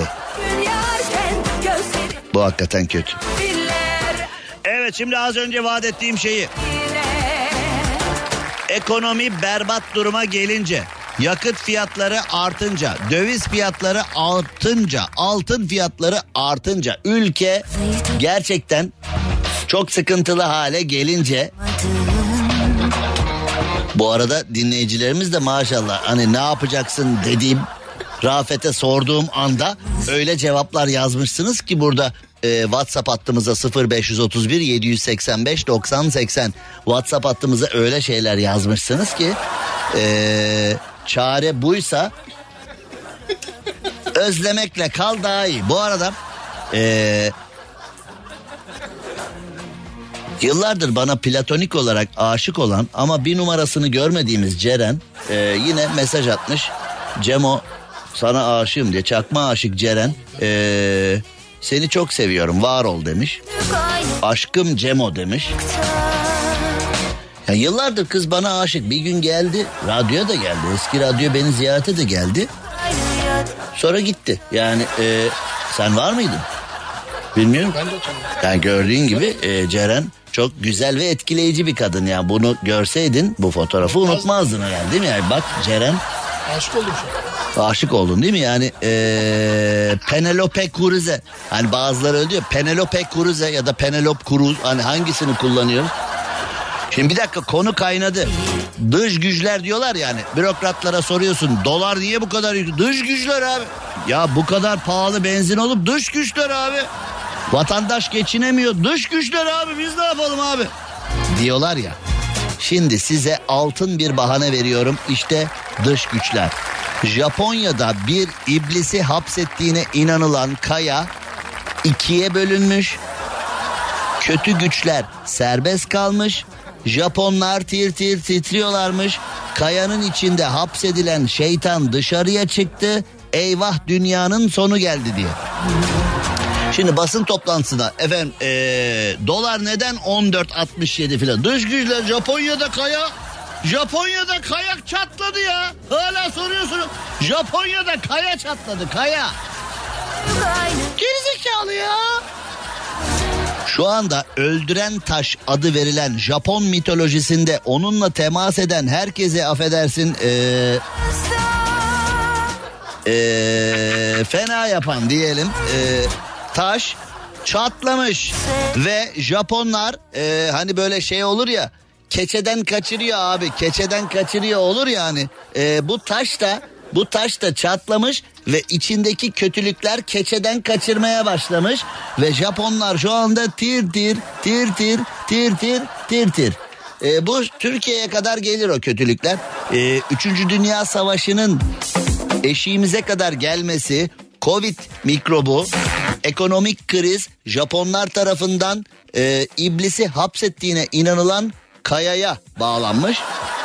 Bu hakikaten kötü. Evet, şimdi az önce vaat ettiğim şeyi. Ekonomi berbat duruma gelince, yakıt fiyatları artınca, döviz fiyatları artınca, altın fiyatları artınca, ülke gerçekten çok sıkıntılı hale gelince, bu arada dinleyicilerimiz de maşallah hani ne yapacaksın dediğim, Rafet'e sorduğum anda öyle cevaplar yazmışsınız ki burada WhatsApp hattımıza 0531 785 90 80 WhatsApp hattımıza öyle şeyler yazmışsınız ki çare buysa özlemekle kal daha iyi. Bu arada yıllardır bana platonik olarak aşık olan ama bir numarasını görmediğimiz Ceren yine mesaj atmış. Cemo, sana aşığım diye. Çakma aşık Ceren. Seni çok seviyorum, var ol demiş. Aşkım Cemo demiş. Yani yıllardır kız bana aşık. Bir gün geldi, radyoya da geldi. Eski radyo beni ziyarete de geldi. Sonra gitti. Yani sen var mıydın? Bilmiyorum. Ben de tanıyorum. Yani gördüğün gibi Ceren çok güzel ve etkileyici bir kadın. Yani bunu görseydin bu fotoğrafı unutmazdın herhalde, değil mi? Yani bak Ceren. Aşık oldum şu an. Aşık oldun değil mi? Yani Penelope Cruz'e. Hani bazıları öyle diyor. Penelope Cruz'e ya da Penelope Cruz. Hani hangisini kullanıyoruz? Şimdi bir dakika, konu kaynadı. Dış güçler diyorlar yani. Bürokratlara soruyorsun, dolar niye bu kadar yüksek? Dış güçler abi. Ya bu kadar pahalı benzin olup dış güçler abi. Vatandaş geçinemiyor. Dış güçler abi, biz ne yapalım abi? Diyorlar ya. Şimdi size altın bir bahane veriyorum. İşte dış güçler. Japonya'da bir iblisi hapsettiğine inanılan kaya ikiye bölünmüş. Kötü güçler serbest kalmış. Japonlar tir tir titriyorlarmış. Kayanın içinde hapsedilen şeytan dışarıya çıktı. Eyvah dünyanın sonu geldi diye. Şimdi basın toplantısında efendim dolar neden 14.67 filan. Dış güçler Japonya'da kayak çatladı ya. Hala soruyorsunuz. Japonya'da kaya çatladı, kaya. Gerizekalı ya. Şu anda öldüren taş adı verilen Japon mitolojisinde onunla temas eden herkese affedersin fena yapan diyelim taş çatlamış ve Japonlar hani böyle şey olur ya, keçeden kaçırıyor abi, keçeden kaçırıyor olur yani, bu taş da çatlamış ve içindeki kötülükler keçeden kaçırmaya başlamış ve Japonlar şu anda tir tir. Bu Türkiye'ye kadar gelir o kötülükler. 3. Dünya Savaşı'nın eşiğimize kadar gelmesi, Covid mikrobu, ekonomik kriz, Japonlar tarafından iblisi hapsettiğine inanılan kayaya bağlanmış.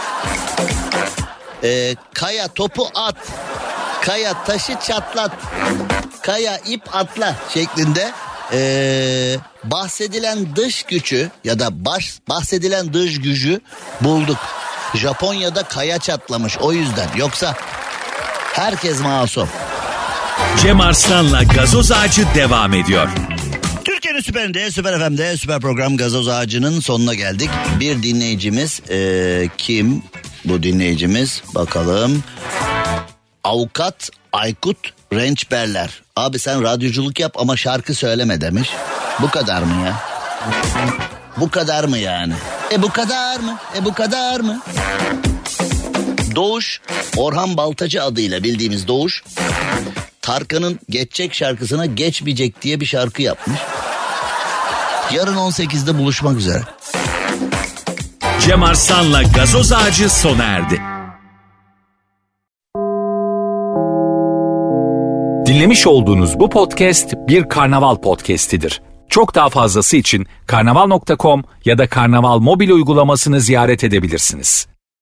Kaya topu at, kaya taşı çatlat, kaya ip atla şeklinde bahsedilen dış gücü ya da bahsedilen dış gücü bulduk. Japonya'da kaya çatlamış, o yüzden, yoksa herkes masum. Cem Arslan'la Gazoz Ağacı devam ediyor. Türkiye'nin süperinde, Süper FM'de süper program Gazoz Ağacı'nın sonuna geldik. Bir dinleyicimiz kim bu dinleyicimiz bakalım. Avukat Aykut Rençberler. Abi sen radyoculuk yap ama şarkı söyleme demiş. Bu kadar mı ya? Bu kadar mı yani? Bu kadar mı? Doğuş, Orhan Baltacı adıyla bildiğimiz Doğuş, Tarkan'ın Geçecek şarkısına Geçmeyecek diye bir şarkı yapmış. Yarın 18'de buluşmak üzere. Cem Arslan'la Gazoz Ağacı sona erdi. Dinlemiş olduğunuz bu podcast bir karnaval podcastidir. Çok daha fazlası için karnaval.com ya da karnaval mobil uygulamasını ziyaret edebilirsiniz.